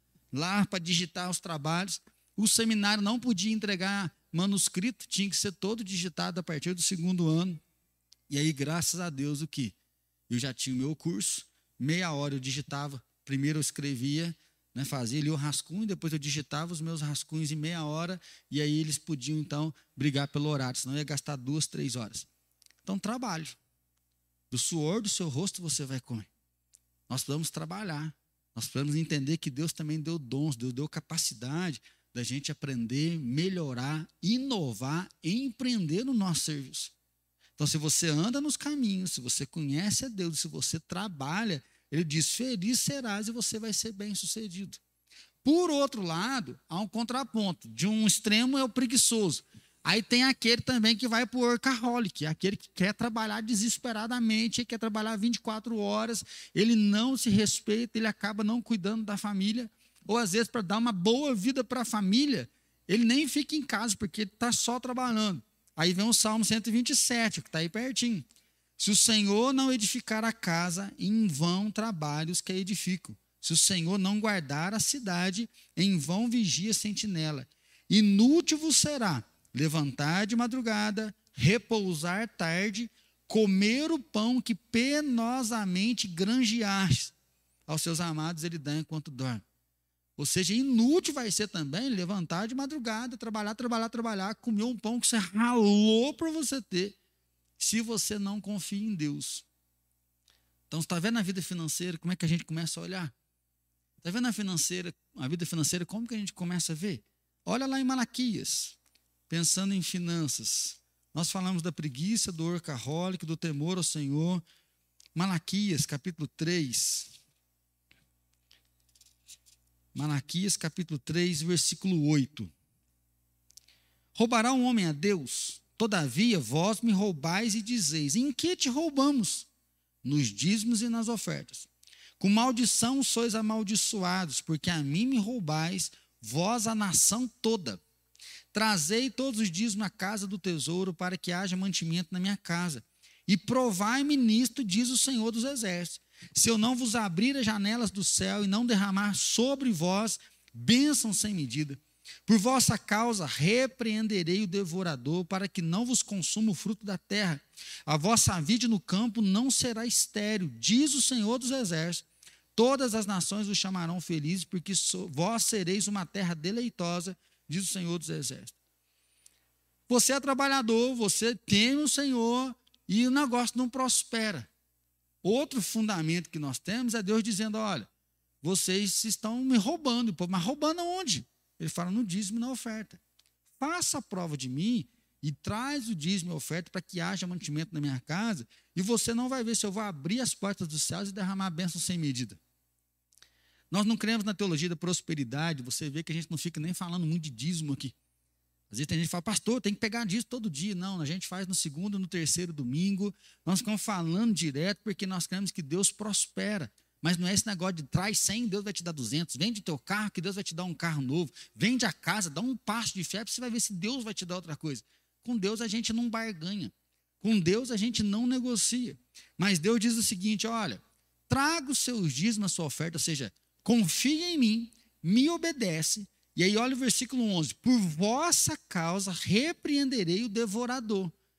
lá para digitar os trabalhos. O seminário não podia entregar manuscrito, tinha que ser todo digitado a partir do segundo ano. E aí, graças a Deus, o que? Eu já tinha o meu curso, meia hora eu digitava, primeiro eu escrevia, né, fazia ali o rascunho, depois eu digitava os meus rascunhos em meia hora, e aí eles podiam, então, brigar pelo horário, senão ia gastar duas, três horas. Então, trabalho. Do suor do seu rosto você vai comer. Nós precisamos trabalhar. Nós precisamos entender que Deus também deu dons, Deus deu capacidade da gente aprender, melhorar, inovar e empreender no nosso serviço. Então, se você anda nos caminhos, se você conhece a Deus, se você trabalha, Ele diz, feliz serás e você vai ser bem sucedido. Por outro lado, há um contraponto. De um extremo é o preguiçoso. Aí tem aquele também que vai para o workaholic, aquele que quer trabalhar desesperadamente, quer trabalhar vinte e quatro horas, ele não se respeita, ele acaba não cuidando da família, ou às vezes para dar uma boa vida para a família, ele nem fica em casa, porque ele está só trabalhando. Aí vem o Salmo cento e vinte e sete, que está aí pertinho. Se o Senhor não edificar a casa, em vão trabalham os que a edificam. Se o Senhor não guardar a cidade, em vão vigia a sentinela. Inútil vos será levantar de madrugada, repousar tarde, comer o pão que penosamente granjeaste. Aos seus amados ele dá enquanto dorme. Ou seja, inútil vai ser também levantar de madrugada, trabalhar, trabalhar, trabalhar, comer um pão que você ralou para você ter, se você não confia em Deus. Então, você está vendo a vida financeira, como é que a gente começa a olhar? Está vendo a, financeira, a vida financeira, como que a gente começa a ver? Olha lá em Malaquias. Pensando em finanças, nós falamos da preguiça, do workaholic, do temor ao Senhor. Malaquias, capítulo três. Malaquias, capítulo três, versículo oito. Roubará um homem a Deus? Todavia, vós me roubais e dizeis, em que te roubamos? Nos dízimos e nas ofertas. Com maldição sois amaldiçoados, porque a mim me roubais, vós a nação toda. Trazei todos os dias na casa do tesouro, para que haja mantimento na minha casa. E provai-me nisto, diz o Senhor dos Exércitos, se eu não vos abrir as janelas do céu e não derramar sobre vós bênção sem medida. Por vossa causa repreenderei o devorador, para que não vos consuma o fruto da terra. A vossa vide no campo não será estéril, diz o Senhor dos Exércitos. Todas as nações vos chamarão felizes, porque vós sereis uma terra deleitosa, diz o Senhor dos Exércitos. Você é trabalhador, você teme o Senhor e o negócio não prospera. Outro fundamento que nós temos é Deus dizendo, olha, vocês estão me roubando. Mas roubando aonde? Ele fala no dízimo e na oferta. Faça a prova de mim e traz o dízimo e a oferta para que haja mantimento na minha casa, e você não vai ver se eu vou abrir as portas dos céus e derramar a bênção sem medida. Nós não cremos na teologia da prosperidade. Você vê que a gente não fica nem falando muito de dízimo aqui. Às vezes tem gente que fala, pastor, tem que pegar dízimo todo dia. Não, a gente faz no segundo, no terceiro domingo. Nós ficamos falando direto porque nós cremos que Deus prospera. Mas não é esse negócio de traz cem, Deus vai te dar duzentos. Vende teu carro, que Deus vai te dar um carro novo. Vende a casa, dá um passo de fé, você vai ver se Deus vai te dar outra coisa. Com Deus a gente não barganha. Com Deus a gente não negocia. Mas Deus diz o seguinte, olha, traga os seus dízimos, a sua oferta, ou seja, confia em mim, me obedece. E aí olha o versículo onze. Por vossa causa repreenderei o devorador.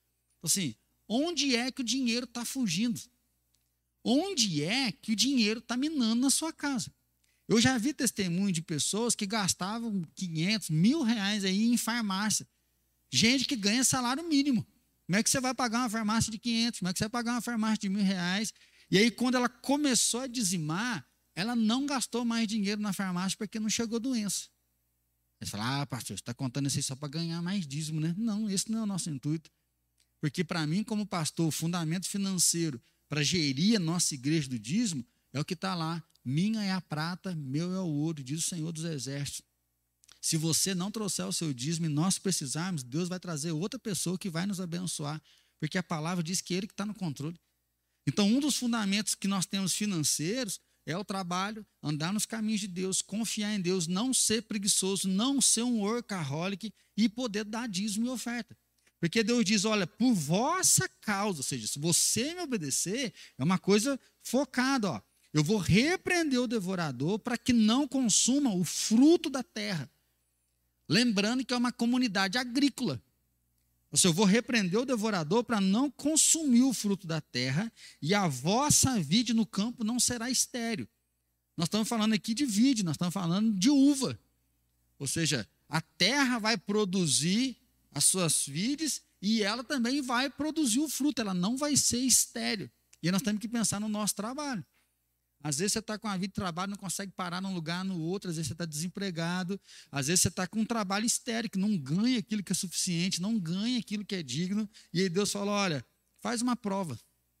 Assim, onde é que o dinheiro está fugindo? Onde é que o dinheiro está minando na sua casa? Eu já vi testemunho de pessoas que gastavam quinhentos, mil reais aí em farmácia. Gente que ganha salário mínimo. Como é que você vai pagar uma farmácia de quinhentos? Como é que você vai pagar uma farmácia de mil reais? E aí, quando ela começou a dizimar, ela não gastou mais dinheiro na farmácia porque não chegou doença. Você fala, ah, pastor, você está contando isso aí só para ganhar mais dízimo, né? Não, esse não é o nosso intuito. Porque para mim, como pastor, o fundamento financeiro para gerir a nossa igreja do dízimo é o que está lá. Minha é a prata, meu é o ouro, diz o Senhor dos Exércitos. Se você não trouxer o seu dízimo e nós precisarmos, Deus vai trazer outra pessoa que vai nos abençoar, porque a palavra diz que é Ele que está no controle. Então, um dos fundamentos que nós temos financeiros é o trabalho, andar nos caminhos de Deus, confiar em Deus, não ser preguiçoso, não ser um workaholic e poder dar dízimo e oferta. Porque Deus diz, olha, por vossa causa, ou seja, se você me obedecer, é uma coisa focada, ó. Eu vou repreender o devorador para que não consuma o fruto da terra. Lembrando que é uma comunidade agrícola. Ou seja, eu vou repreender o devorador para não consumir o fruto da terra e a vossa vide no campo não será estéril. Nós estamos falando aqui de vide, nós estamos falando de uva. Ou seja, a terra vai produzir as suas vides e ela também vai produzir o fruto, ela não vai ser estéril. E nós temos que pensar no nosso trabalho. Às vezes você está com a vida de trabalho, não consegue parar num lugar, no outro. Às vezes você está desempregado. Às vezes você está com um trabalho estéril, que não ganha aquilo que é suficiente, não ganha aquilo que é digno. E aí Deus fala, olha, faz uma prova.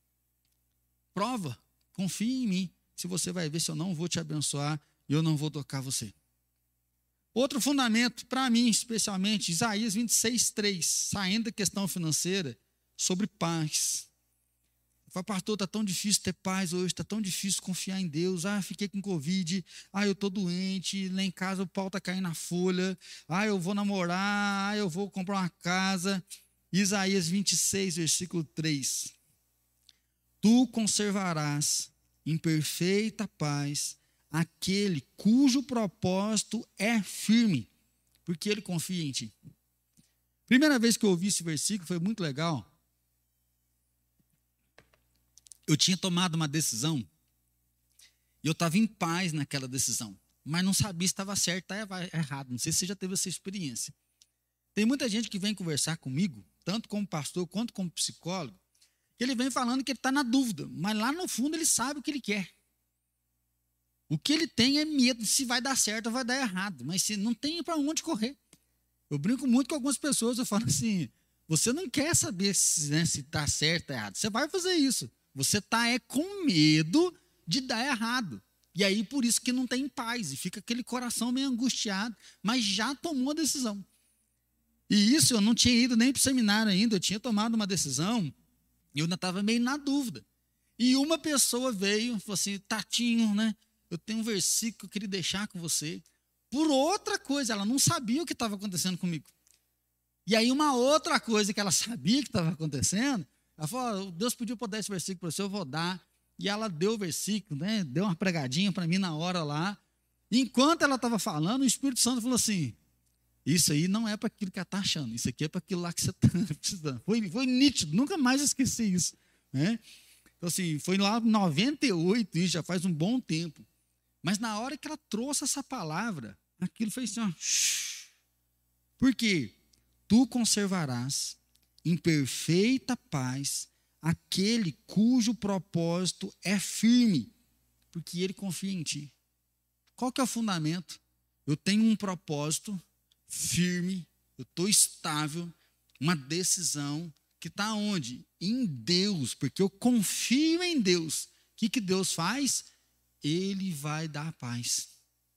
Prova, confia em mim. Se você vai ver se eu não vou te abençoar e eu não vou tocar você. Outro fundamento, para mim especialmente, Isaías vinte e seis, três, saindo da questão financeira, sobre paz. Fala, pastor, está tão difícil ter paz hoje, está tão difícil confiar em Deus. Ah, fiquei com Covid, ah, eu estou doente, lá em casa o pau está caindo na folha, ah, eu vou namorar, ah, eu vou comprar uma casa. Isaías vinte e seis, versículo três. Tu conservarás em perfeita paz aquele cujo propósito é firme, porque ele confia em ti. Primeira vez que eu ouvi esse versículo foi muito legal. Eu tinha tomado uma decisão e eu estava em paz naquela decisão, mas não sabia se estava certo ou estava errado. Não sei se você já teve essa experiência. Tem muita gente que vem conversar comigo, tanto como pastor quanto como psicólogo, que ele vem falando que ele está na dúvida, mas lá no fundo ele sabe o que ele quer. O que ele tem é medo se vai dar certo ou vai dar errado, mas se não tem para onde correr. Eu brinco muito com algumas pessoas, eu falo assim, você não quer saber se né, está certo ou errado, você vai fazer isso. Você está é, com medo de dar errado. E aí, por isso que não tem paz. E fica aquele coração meio angustiado, mas já tomou a decisão. E isso eu não tinha ido nem para o seminário ainda. Eu tinha tomado uma decisão e eu ainda estava meio na dúvida. E uma pessoa veio e falou assim, Tatinho, né? Eu tenho um versículo que eu queria deixar com você. Por outra coisa, ela não sabia o que estava acontecendo comigo. E aí, uma outra coisa que ela sabia que estava acontecendo, ela falou, Deus pediu para eu dar esse versículo para você, eu vou dar. E ela deu o versículo, né? Deu uma pregadinha para mim na hora lá. E enquanto ela estava falando, o Espírito Santo falou assim, isso aí não é para aquilo que ela está achando, isso aqui é para aquilo lá que você está precisando. Foi, foi nítido, nunca mais esqueci isso. Né? Então assim, foi lá em noventa e oito, isso já faz um bom tempo. Mas na hora que ela trouxe essa palavra, aquilo foi assim, ó. Por quê? Tu conservarás em perfeita paz aquele cujo propósito é firme, porque ele confia em ti. Qual que é o fundamento? Eu tenho um propósito firme, eu estou estável, uma decisão que está onde? Em Deus, porque eu confio em Deus. O que, que Deus faz? Ele vai dar paz.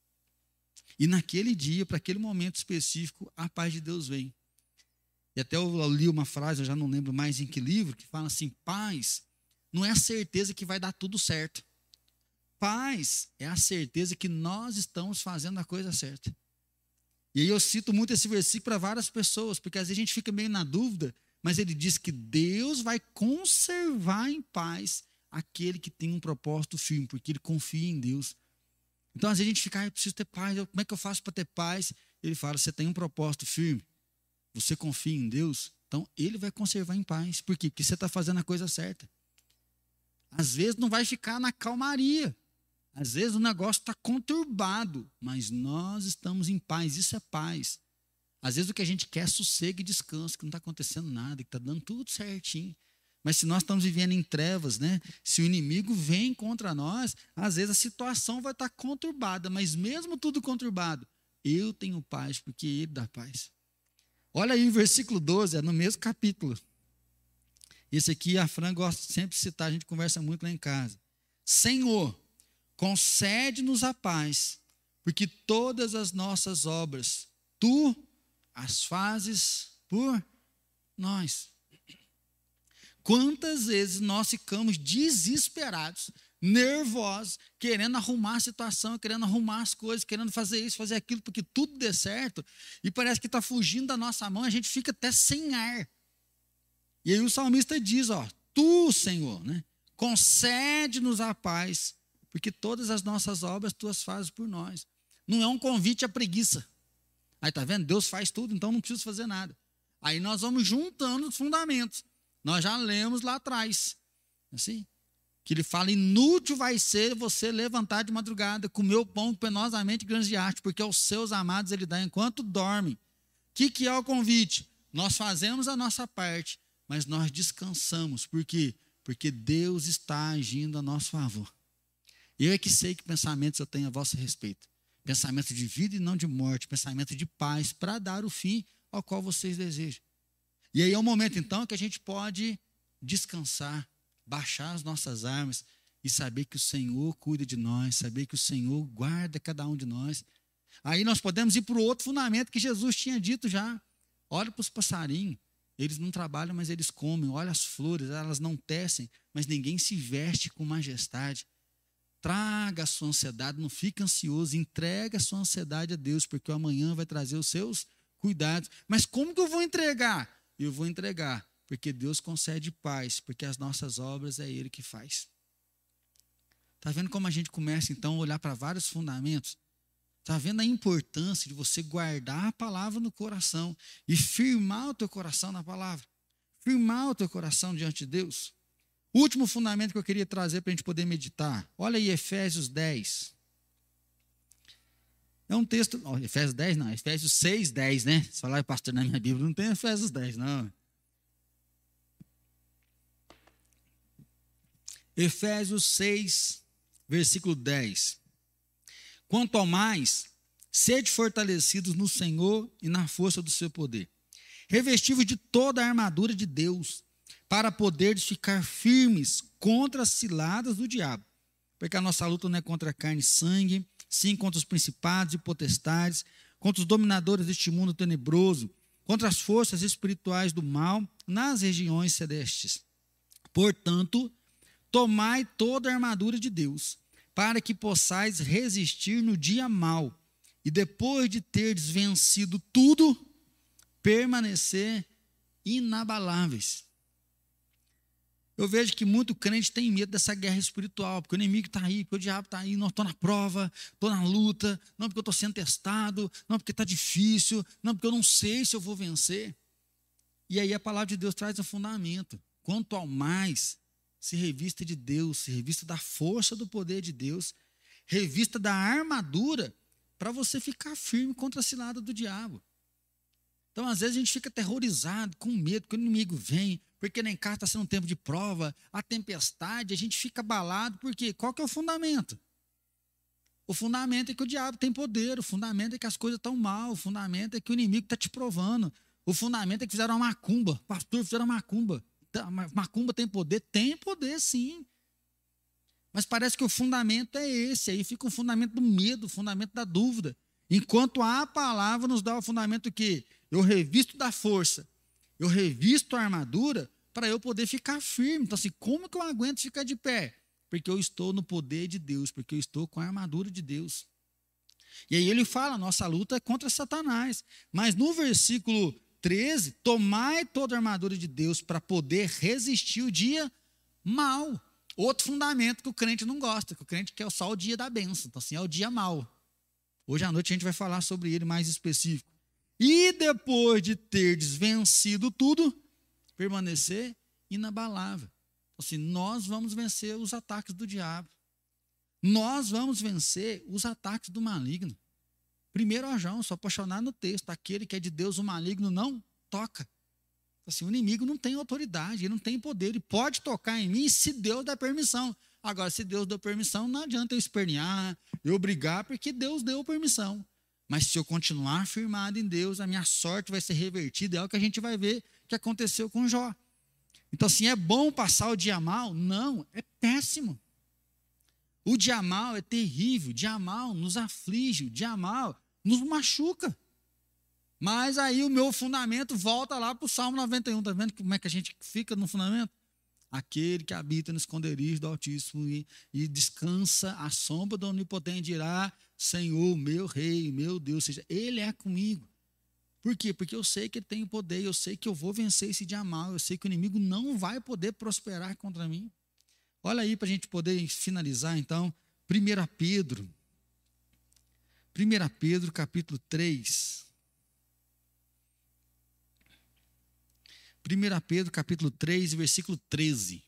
E naquele dia, para aquele momento específico, a paz de Deus vem. E até eu li uma frase, eu já não lembro mais em que livro, que fala assim, paz não é a certeza que vai dar tudo certo. Paz é a certeza que nós estamos fazendo a coisa certa. E aí eu cito muito esse versículo para várias pessoas, porque às vezes a gente fica meio na dúvida, mas ele diz que Deus vai conservar em paz aquele que tem um propósito firme, porque ele confia em Deus. Então às vezes a gente fica, ah, eu preciso ter paz, como é que eu faço para ter paz? Ele fala, você tem um propósito firme. Você confia em Deus, Então, ele vai conservar em paz. Por quê? Porque você está fazendo a coisa certa. Às vezes não vai ficar na calmaria. Às vezes o negócio está conturbado, mas nós estamos em paz. Isso é paz. Às vezes o que a gente quer é sossego e descanso, que não está acontecendo nada, que está dando tudo certinho. Mas se nós estamos vivendo em trevas, né? Se o inimigo vem contra nós, às vezes a situação vai estar conturbada, mas mesmo tudo conturbado, eu tenho paz, porque ele dá paz. Olha aí o versículo doze, é no mesmo capítulo. Esse aqui a Fran gosta sempre de citar, a gente conversa muito lá em casa. Senhor, concede-nos a paz, porque todas as nossas obras, tu as fazes por nós. Quantas vezes nós ficamos desesperados, nervosos, querendo arrumar a situação, querendo arrumar as coisas, querendo fazer isso, fazer aquilo, porque tudo dê certo, e parece que está fugindo da nossa mão, a gente fica até sem ar. E aí o salmista diz, ó, tu, Senhor, né, concede-nos a paz, porque todas as nossas obras tu as fazes por nós. Não é um convite à preguiça. Aí tá vendo? Deus faz tudo, então não preciso fazer nada. Aí nós vamos juntando os fundamentos. Nós já lemos lá atrás, assim, que ele fala, inútil vai ser você levantar de madrugada, comer o pão penosamente granjeaste, porque aos seus amados ele dá enquanto dorme. O que, que é o convite? Nós fazemos a nossa parte, mas nós descansamos. Por quê? Porque Deus está agindo a nosso favor. Eu é que sei que pensamentos eu tenho a vosso respeito. Pensamento de vida e não de morte, pensamento de paz, para dar o fim ao qual vocês desejam. E aí é o momento, então, que a gente pode descansar, baixar as nossas armas e saber que o Senhor cuida de nós, saber que o Senhor guarda cada um de nós. Aí nós podemos ir para o outro fundamento que Jesus tinha dito já. Olha para os passarinhos, eles não trabalham, mas eles comem. Olha as flores, elas não tecem, mas ninguém se veste com majestade. Traga a sua ansiedade, não fique ansioso, entrega a sua ansiedade a Deus, porque o amanhã vai trazer os seus cuidados. Mas como que eu vou entregar? Eu vou entregar, porque Deus concede paz, porque as nossas obras é Ele que faz. Está vendo como a gente começa, então, a olhar para vários fundamentos? Está vendo a importância de você guardar a palavra no coração e firmar o teu coração na palavra? Firmar o teu coração diante de Deus? O último fundamento que eu queria trazer para a gente poder meditar. Olha aí Efésios dez. É um texto, oh, Efésios dez não, Efésios seis, dez, né? Se falar, pastor, na minha Bíblia não tem Efésios dez, não. Efésios seis, versículo dez. Quanto ao mais, sede fortalecidos no Senhor e na força do seu poder, revestivos de toda a armadura de Deus, para poderes ficar firmes contra as ciladas do diabo. Porque a nossa luta não é contra carne e sangue, sim contra os principados e potestades, contra os dominadores deste mundo tenebroso, contra as forças espirituais do mal nas regiões celestes. Portanto, tomai toda a armadura de Deus, para que possais resistir no dia mau, e depois de terdes vencido tudo, permanecer inabaláveis. Eu vejo que muito crente tem medo dessa guerra espiritual, porque o inimigo está aí, porque o diabo está aí, não estou na prova, estou na luta, não porque eu estou sendo testado, não porque está difícil, não porque eu não sei se eu vou vencer. E aí a palavra de Deus traz um fundamento. Quanto ao mais, se revista de Deus, se revista da força do poder de Deus, revista da armadura, para você ficar firme contra a cilada do diabo. Então, às vezes, a gente fica aterrorizado, com medo, que o inimigo vem, porque nem cá está sendo um tempo de prova, a tempestade, a gente fica abalado, porque qual que é o fundamento? O fundamento é que o diabo tem poder, o fundamento é que as coisas estão mal, o fundamento é que o inimigo está te provando, o fundamento é que fizeram uma macumba, pastor, fizeram uma macumba. Macumba tem poder? Tem poder, sim. Mas parece que o fundamento é esse, aí fica o fundamento do medo, o fundamento da dúvida. Enquanto a palavra nos dá o fundamento que eu revisto da força, eu revisto a armadura para eu poder ficar firme. Então, assim, como que eu aguento ficar de pé? Porque eu estou no poder de Deus, porque eu estou com a armadura de Deus. E aí ele fala, nossa luta é contra Satanás. Mas no versículo treze, tomai toda a armadura de Deus para poder resistir o dia mau. Outro fundamento que o crente não gosta, que o crente quer só o dia da bênção. Então, assim, é o dia mau. Hoje à noite a gente vai falar sobre ele mais específico. E depois de terdes vencido tudo, permanecer inabalável. Assim, nós vamos vencer os ataques do diabo. Nós vamos vencer os ataques do maligno. Primeiro João, só apaixonar no texto, aquele que é de Deus, o maligno não toca. Assim, o inimigo não tem autoridade, ele não tem poder, ele pode tocar em mim se Deus der permissão. Agora, se Deus deu permissão, não adianta eu espernear, eu brigar, porque Deus deu permissão. Mas se eu continuar firmado em Deus, a minha sorte vai ser revertida. É o que a gente vai ver que aconteceu com Jó. Então, assim, é bom passar o dia mal? Não, é péssimo. O dia mal é terrível, o dia mal nos aflige, o dia mal nos machuca. Mas aí o meu fundamento volta lá para o Salmo noventa e um. Está vendo como é que a gente fica no fundamento? Aquele que habita no esconderijo do Altíssimo e, e descansa à sombra do Onipotente dirá: Senhor, meu Rei, meu Deus, ou seja, Ele é comigo. Por quê? Porque eu sei que Ele tem poder, eu sei que eu vou vencer esse dia mal, eu sei que o inimigo não vai poder prosperar contra mim. Olha aí para a gente poder finalizar, então, primeiro Pedro, primeiro Pedro, capítulo três. primeiro Pedro, capítulo três, versículo treze.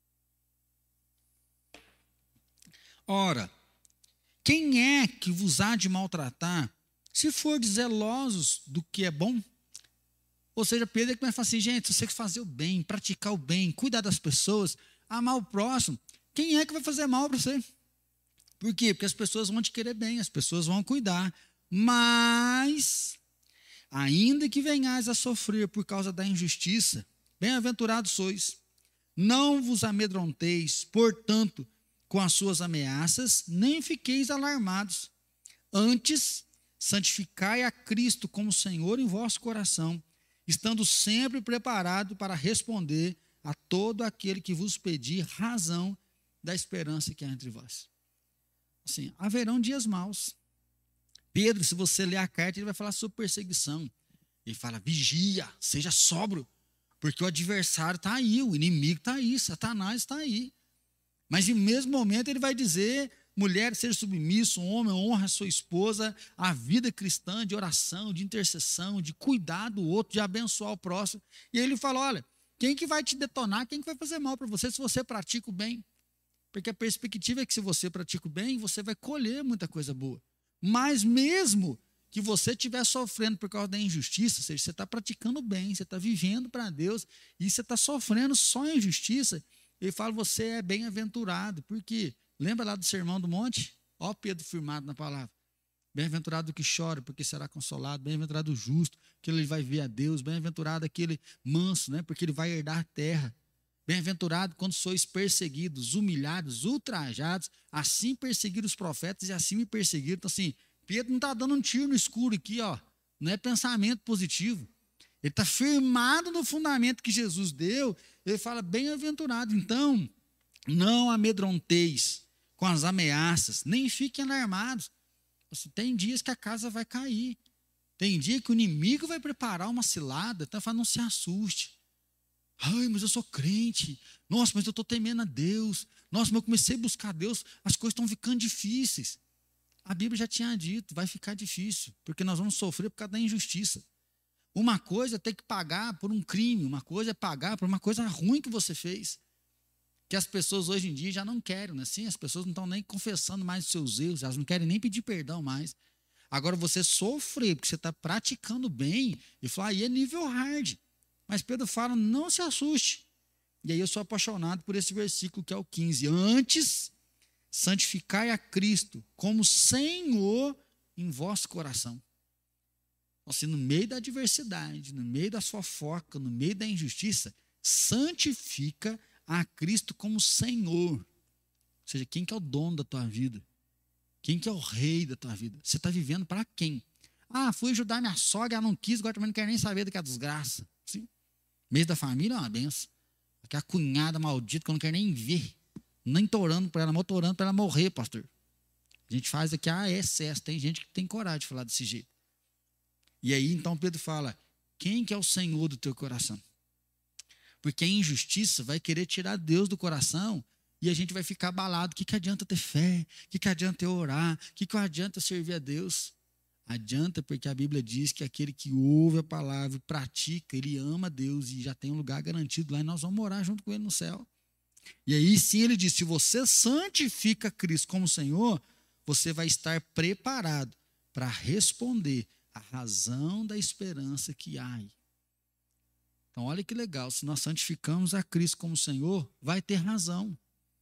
Ora, quem é que vos há de maltratar, se fordes zelosos do que é bom? Ou seja, Pedro é que vai falar assim, gente, se você fazer o bem, praticar o bem, cuidar das pessoas, amar o próximo, quem é que vai fazer mal para você? Por quê? Porque as pessoas vão te querer bem, as pessoas vão cuidar, mas... ainda que venhais a sofrer por causa da injustiça, bem-aventurados sois. Não vos amedronteis, portanto, com as suas ameaças, nem fiqueis alarmados. Antes, santificai a Cristo como Senhor em vosso coração, estando sempre preparado para responder a todo aquele que vos pedir razão da esperança que há entre vós. Assim, haverão dias maus. Pedro, se você ler a carta, ele vai falar sobre perseguição. Ele fala, vigia, seja sóbrio, porque o adversário está aí, o inimigo está aí, Satanás está aí. Mas em mesmo momento ele vai dizer, mulher, seja submisso, homem, honra a sua esposa, a vida cristã de oração, de intercessão, de cuidar do outro, de abençoar o próximo. E ele fala, olha, quem que vai te detonar, quem que vai fazer mal para você se você pratica o bem? Porque a perspectiva é que se você pratica o bem, você vai colher muita coisa boa. Mas mesmo que você estiver sofrendo por causa da injustiça, ou seja, você está praticando bem, você está vivendo para Deus, e você está sofrendo só injustiça, ele fala, você é bem-aventurado. Por quê? Lembra lá do Sermão do Monte? Ó Pedro firmado na palavra. Bem-aventurado o que chora, porque será consolado. Bem-aventurado o justo, porque ele vai ver a Deus. Bem-aventurado aquele manso, né, porque ele vai herdar a terra. Bem-aventurado quando sois perseguidos, humilhados, ultrajados, assim perseguiram os profetas e assim me perseguiram. Então, assim, Pedro não está dando um tiro no escuro aqui, ó. Não é pensamento positivo. Ele está firmado no fundamento que Jesus deu. Ele fala, bem-aventurado. Então, não amedronteis com as ameaças, nem fiquem alarmados. Assim, tem dias que a casa vai cair. Tem dia que o inimigo vai preparar uma cilada. Então, fala, não se assuste. Ai, mas eu sou crente. Nossa, mas eu estou temendo a Deus. Nossa, mas eu comecei a buscar Deus. As coisas estão ficando difíceis. A Bíblia já tinha dito, vai ficar difícil. Porque nós vamos sofrer por causa da injustiça. Uma coisa é ter que pagar por um crime. Uma coisa é pagar por uma coisa ruim que você fez. Que as pessoas hoje em dia já não querem, né? Sim, as pessoas não estão nem confessando mais os seus erros. Elas não querem nem pedir perdão mais. Agora você sofrer porque você está praticando bem. E falar, aí é nível hard. Mas Pedro fala, não se assuste. E aí eu sou apaixonado por esse versículo que é o quinze. Antes, santificai a Cristo como Senhor em vosso coração. Assim, no meio da adversidade, no meio da fofoca, no meio da injustiça, santifica a Cristo como Senhor. Ou seja, quem que é o dono da tua vida? Quem que é o rei da tua vida? Você está vivendo para quem? Ah, fui ajudar minha sogra, ela não quis, agora também não quer nem saber do que é a desgraça. Sim. Mês da família é uma benção. Aquela cunhada maldita que eu não quero nem ver. Nem estou orando para ela, mas estou orando para ela morrer, pastor. A gente faz aqui, ah, é excesso. Tem gente que tem coragem de falar desse jeito. E aí, então, Pedro fala, quem que é o Senhor do teu coração? Porque a injustiça vai querer tirar Deus do coração e a gente vai ficar abalado. O que, que adianta ter fé? O que, que adianta eu orar? O que, que adianta eu servir a Deus? Adianta, porque a Bíblia diz que aquele que ouve a palavra e pratica, ele ama Deus e já tem um lugar garantido lá e nós vamos morar junto com ele no céu. E aí sim ele diz, se você santifica Cristo como Senhor, você vai estar preparado para responder a razão da esperança que há aí. Então olha que legal, se nós santificamos a Cristo como Senhor, vai ter razão.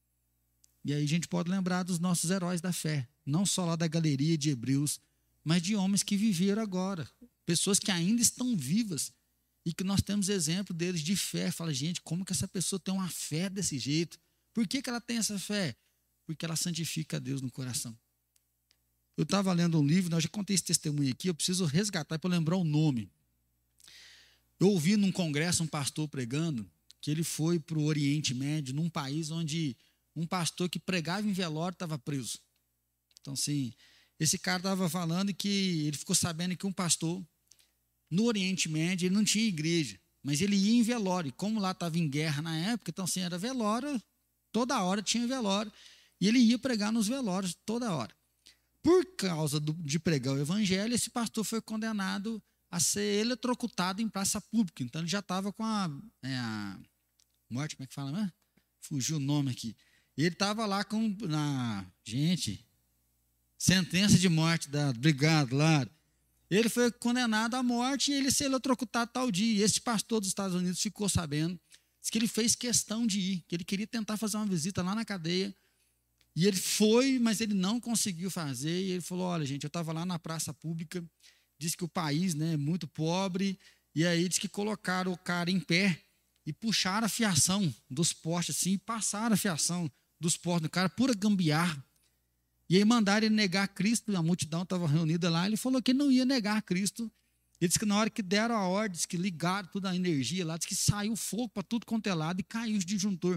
E aí a gente pode lembrar dos nossos heróis da fé, não só lá da galeria de Hebreus, mas de homens que viveram agora, pessoas que ainda estão vivas e que nós temos exemplo deles de fé. Fala, gente, como que essa pessoa tem uma fé desse jeito? Por que que ela tem essa fé? Porque ela santifica a Deus no coração. Eu estava lendo um livro, eu já contei esse testemunho aqui, eu preciso resgatar para lembrar o nome. Eu ouvi num congresso um pastor pregando que ele foi para o Oriente Médio, num país onde um pastor que pregava em velório estava preso. Então, assim, esse cara estava falando que ele ficou sabendo que um pastor no Oriente Médio, ele não tinha igreja, mas ele ia em velório. E como lá estava em guerra na época, então, assim, era velório, toda hora tinha velório, e ele ia pregar nos velórios toda hora. Por causa do, de pregar o evangelho, esse pastor foi condenado a ser eletrocutado em praça pública. Então, ele já estava com a, é, a morte, como é que fala, né? Fugiu o nome aqui. Ele estava lá com, na, gente, sentença de morte dada, obrigado, Lara. Ele foi condenado à morte e ele se eletrocutado tal dia. E esse pastor dos Estados Unidos ficou sabendo, disse que ele fez questão de ir, que ele queria tentar fazer uma visita lá na cadeia. E ele foi, mas ele não conseguiu fazer. E ele falou, olha, gente, eu estava lá na praça pública, disse que o país, né, é muito pobre, e aí disse que colocaram o cara em pé e puxaram a fiação dos postes assim, e passaram a fiação dos postes do cara, pura gambiarra. E aí mandaram ele negar Cristo, a multidão estava reunida lá, ele falou que ele não ia negar Cristo. Ele disse que na hora que deram a ordem, disse que ligaram toda a energia lá, disse que saiu fogo para tudo quanto é lado e caiu os disjuntor.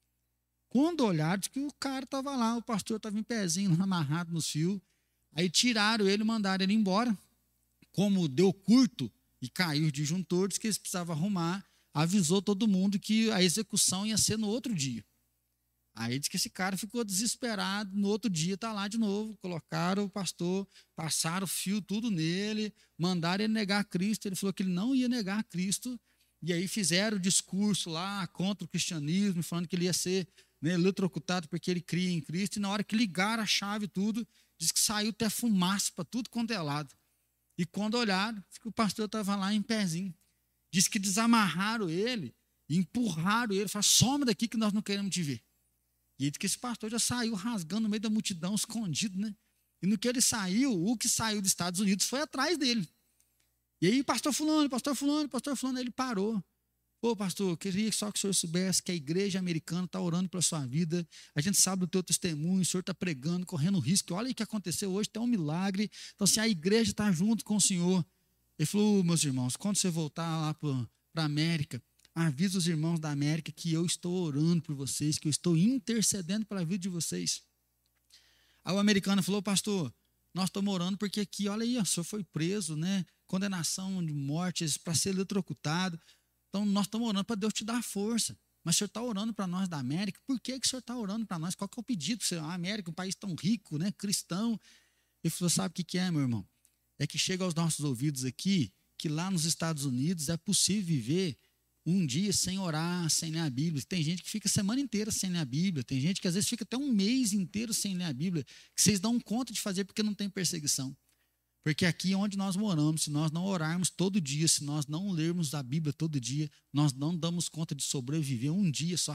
Quando olharam, disse que o cara estava lá, o pastor estava em pezinho, amarrado nos fios. Aí tiraram ele, mandaram ele embora. Como deu curto e caiu os disjuntor, disse que eles precisavam arrumar, avisou todo mundo que a execução ia ser no outro dia. Aí diz que esse cara ficou desesperado, no outro dia está lá de novo, colocaram o pastor, passaram o fio tudo nele, mandaram ele negar Cristo, ele falou que ele não ia negar Cristo, e aí fizeram o discurso lá contra o cristianismo, falando que ele ia ser, né, eletrocutado porque ele cria em Cristo, e na hora que ligaram a chave e tudo, diz que saiu até fumaça para tudo quanto é lado. E quando olharam, diz que o pastor estava lá em pezinho. Diz que desamarraram ele, empurraram ele, falaram, some daqui que nós não queremos te ver. E ele disse que esse pastor já saiu rasgando no meio da multidão, escondido, né? E no que ele saiu, o que saiu dos Estados Unidos foi atrás dele. E aí, pastor fulano, pastor fulano, pastor fulano, ele parou. Pô, pastor, eu queria só que o senhor soubesse que a igreja americana está orando pela sua vida. A gente sabe do teu testemunho, o senhor está pregando, correndo risco. Olha o que aconteceu hoje, tem um milagre. Então, assim, a igreja está junto com o senhor. Ele falou, meus irmãos, quando você voltar lá para a América, avisa os irmãos da América que eu estou orando por vocês, que eu estou intercedendo pela vida de vocês. Aí o americano falou, pastor, nós estamos orando porque aqui, olha aí, o senhor foi preso, né? Condenação de morte para ser eletrocutado. Então, nós estamos orando para Deus te dar força. Mas o senhor está orando para nós da América, por que, que o senhor está orando para nós? Qual que é o pedido? A América, um país tão rico, né? Cristão. Ele falou, sabe o que, que é, meu irmão? É que chega aos nossos ouvidos aqui, que lá nos Estados Unidos é possível viver um dia sem orar, sem ler a Bíblia. Tem gente que fica a semana inteira sem ler a Bíblia. Tem gente que às vezes fica até um mês inteiro sem ler a Bíblia, que vocês dão conta de fazer porque não tem perseguição. Porque aqui onde nós moramos, se nós não orarmos todo dia, se nós não lermos a Bíblia todo dia, nós não damos conta de sobreviver um dia só.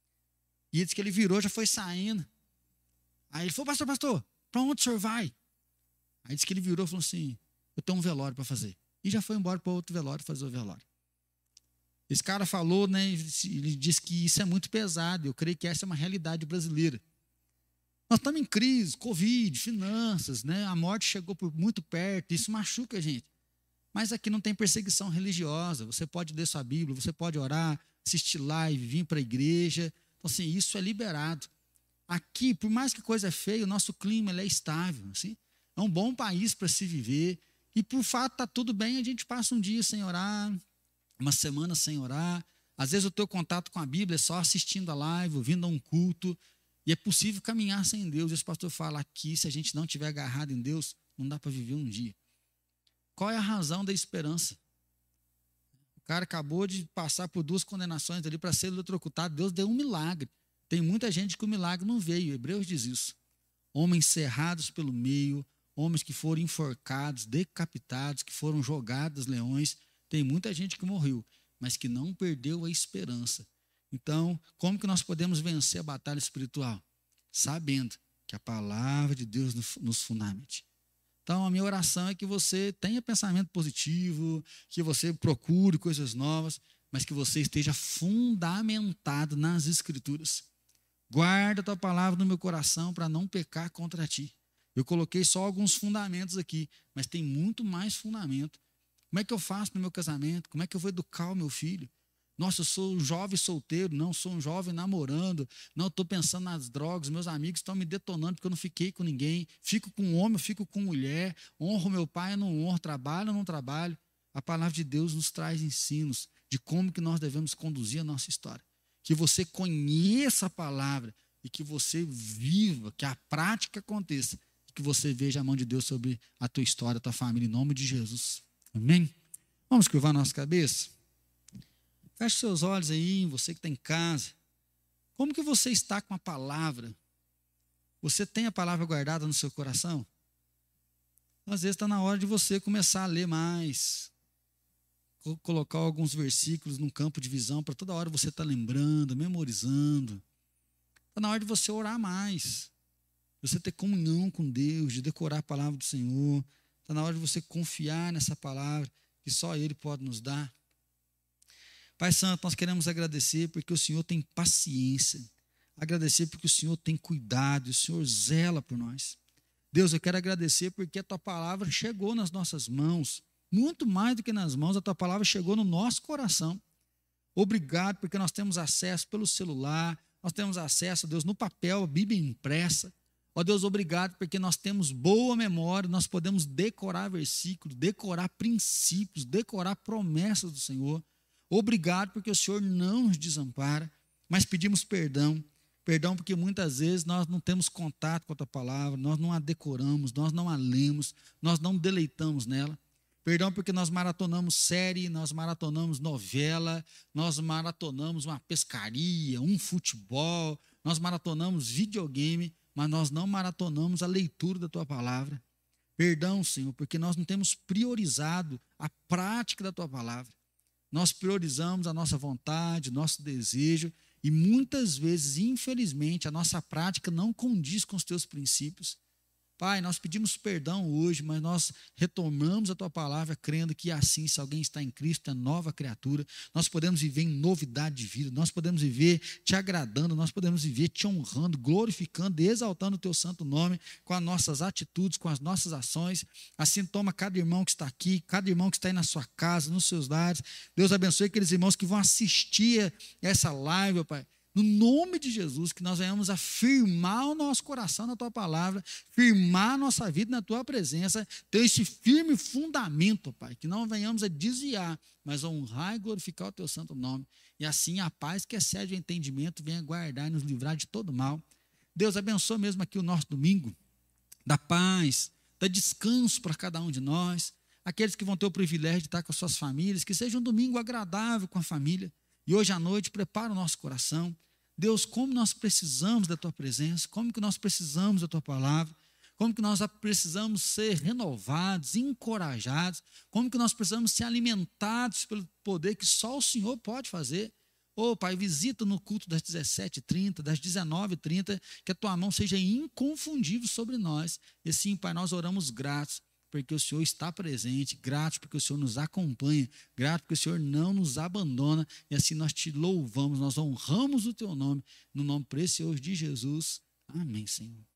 E ele disse que ele virou, já foi saindo. Aí ele falou, pastor, pastor, para onde o senhor vai? Aí disse que ele virou e falou assim, eu tenho um velório para fazer. E já foi embora para outro velório fazer o velório. Esse cara falou, né, ele disse que isso é muito pesado, eu creio que essa é uma realidade brasileira. Nós estamos em crise, Covid, finanças, né? A morte chegou por muito perto, isso machuca a gente. Mas aqui não tem perseguição religiosa, você pode ler sua Bíblia, você pode orar, assistir live, vir para a igreja. Então, assim, isso é liberado. Aqui, por mais que a coisa é feia, o nosso clima ele é estável. Assim? É um bom país para se viver. E por fato está tudo bem, a gente passa um dia sem orar, uma semana sem orar. Às vezes o teu contato com a Bíblia é só assistindo a live, ouvindo a um culto. E é possível caminhar sem Deus. Esse pastor fala aqui, se a gente não estiver agarrado em Deus, não dá para viver um dia. Qual é a razão da esperança? O cara acabou de passar por duas condenações ali para ser eletrocutado. Deus deu um milagre. Tem muita gente que o milagre não veio. Hebreus diz isso. Homens cerrados pelo meio, homens que foram enforcados, decapitados, que foram jogados leões. Tem muita gente que morreu, mas que não perdeu a esperança. Então, como que nós podemos vencer a batalha espiritual? Sabendo que a palavra de Deus nos fundamente. Então, a minha oração é que você tenha pensamento positivo, que você procure coisas novas, mas que você esteja fundamentado nas Escrituras. Guarda a tua palavra no meu coração para não pecar contra ti. Eu coloquei só alguns fundamentos aqui, mas tem muito mais fundamento. Como é que eu faço no meu casamento? Como é que eu vou educar o meu filho? Nossa, eu sou um jovem solteiro, não sou um jovem namorando, não estou pensando nas drogas, meus amigos estão me detonando porque eu não fiquei com ninguém, fico com homem, eu fico com mulher, honro meu pai, eu não honro, trabalho, eu não trabalho. A palavra de Deus nos traz ensinos de como que nós devemos conduzir a nossa história. Que você conheça a palavra e que você viva, que a prática aconteça, e que você veja a mão de Deus sobre a tua história, a tua família, em nome de Jesus. Amém? Vamos curvar a nossa cabeça? Feche seus olhos aí, você que está em casa. Como que você está com a palavra? Você tem a palavra guardada no seu coração? Às vezes está na hora de você começar a ler mais. Colocar alguns versículos num campo de visão para toda hora você estar lembrando, memorizando. Está na hora de você orar mais. Você ter comunhão com Deus, de decorar a palavra do Senhor. Está na hora de você confiar nessa palavra que só Ele pode nos dar. Pai Santo, nós queremos agradecer porque o Senhor tem paciência, agradecer porque o Senhor tem cuidado, o Senhor zela por nós. Deus, eu quero agradecer porque a Tua palavra chegou nas nossas mãos, muito mais do que nas mãos, a Tua palavra chegou no nosso coração. Obrigado porque nós temos acesso pelo celular, nós temos acesso, Deus, no papel, a Bíblia impressa. Ó Deus, obrigado porque nós temos boa memória, nós podemos decorar versículos, decorar princípios, decorar promessas do Senhor. Obrigado porque o Senhor não nos desampara, mas pedimos perdão. Perdão porque muitas vezes nós não temos contato com a Tua palavra, nós não a decoramos, nós não a lemos, nós não deleitamos nela. Perdão porque nós maratonamos série, nós maratonamos novela, nós maratonamos uma pescaria, um futebol, nós maratonamos videogame, mas nós não maratonamos a leitura da Tua palavra. Perdão, Senhor, porque nós não temos priorizado a prática da Tua palavra. Nós priorizamos a nossa vontade, nosso desejo, e muitas vezes, infelizmente, a nossa prática não condiz com os Teus princípios. Pai, nós pedimos perdão hoje, mas nós retomamos a Tua palavra, crendo que assim, se alguém está em Cristo, é nova criatura. Nós podemos viver em novidade de vida, nós podemos viver Te agradando, nós podemos viver Te honrando, glorificando, exaltando o Teu santo nome, com as nossas atitudes, com as nossas ações. Assim, toma cada irmão que está aqui, cada irmão que está aí na sua casa, nos seus lares. Deus abençoe aqueles irmãos que vão assistir essa live, ó Pai. No nome de Jesus, que nós venhamos a firmar o nosso coração na Tua palavra, firmar a nossa vida na Tua presença, ter esse firme fundamento, Pai, que não venhamos a desviar, mas a honrar e glorificar o Teu santo nome. E assim a paz que excede o entendimento venha guardar e nos livrar de todo mal. Deus abençoe mesmo aqui o nosso domingo, dá paz, dá descanso para cada um de nós, aqueles que vão ter o privilégio de estar com as suas famílias, que seja um domingo agradável com a família. E hoje à noite, prepara o nosso coração. Deus, como nós precisamos da Tua presença, como que nós precisamos da Tua palavra, como que nós precisamos ser renovados, encorajados, como que nós precisamos ser alimentados pelo poder que só o Senhor pode fazer. Ô Pai, visita no culto das dezessete e trinta, das dezenove e trinta, que a Tua mão seja inconfundível sobre nós. E assim, Pai, nós oramos gratos, porque o Senhor está presente, gratos porque o Senhor nos acompanha, gratos porque o Senhor não nos abandona, e assim nós Te louvamos, nós honramos o Teu nome, no nome precioso de Jesus. Amém, Senhor.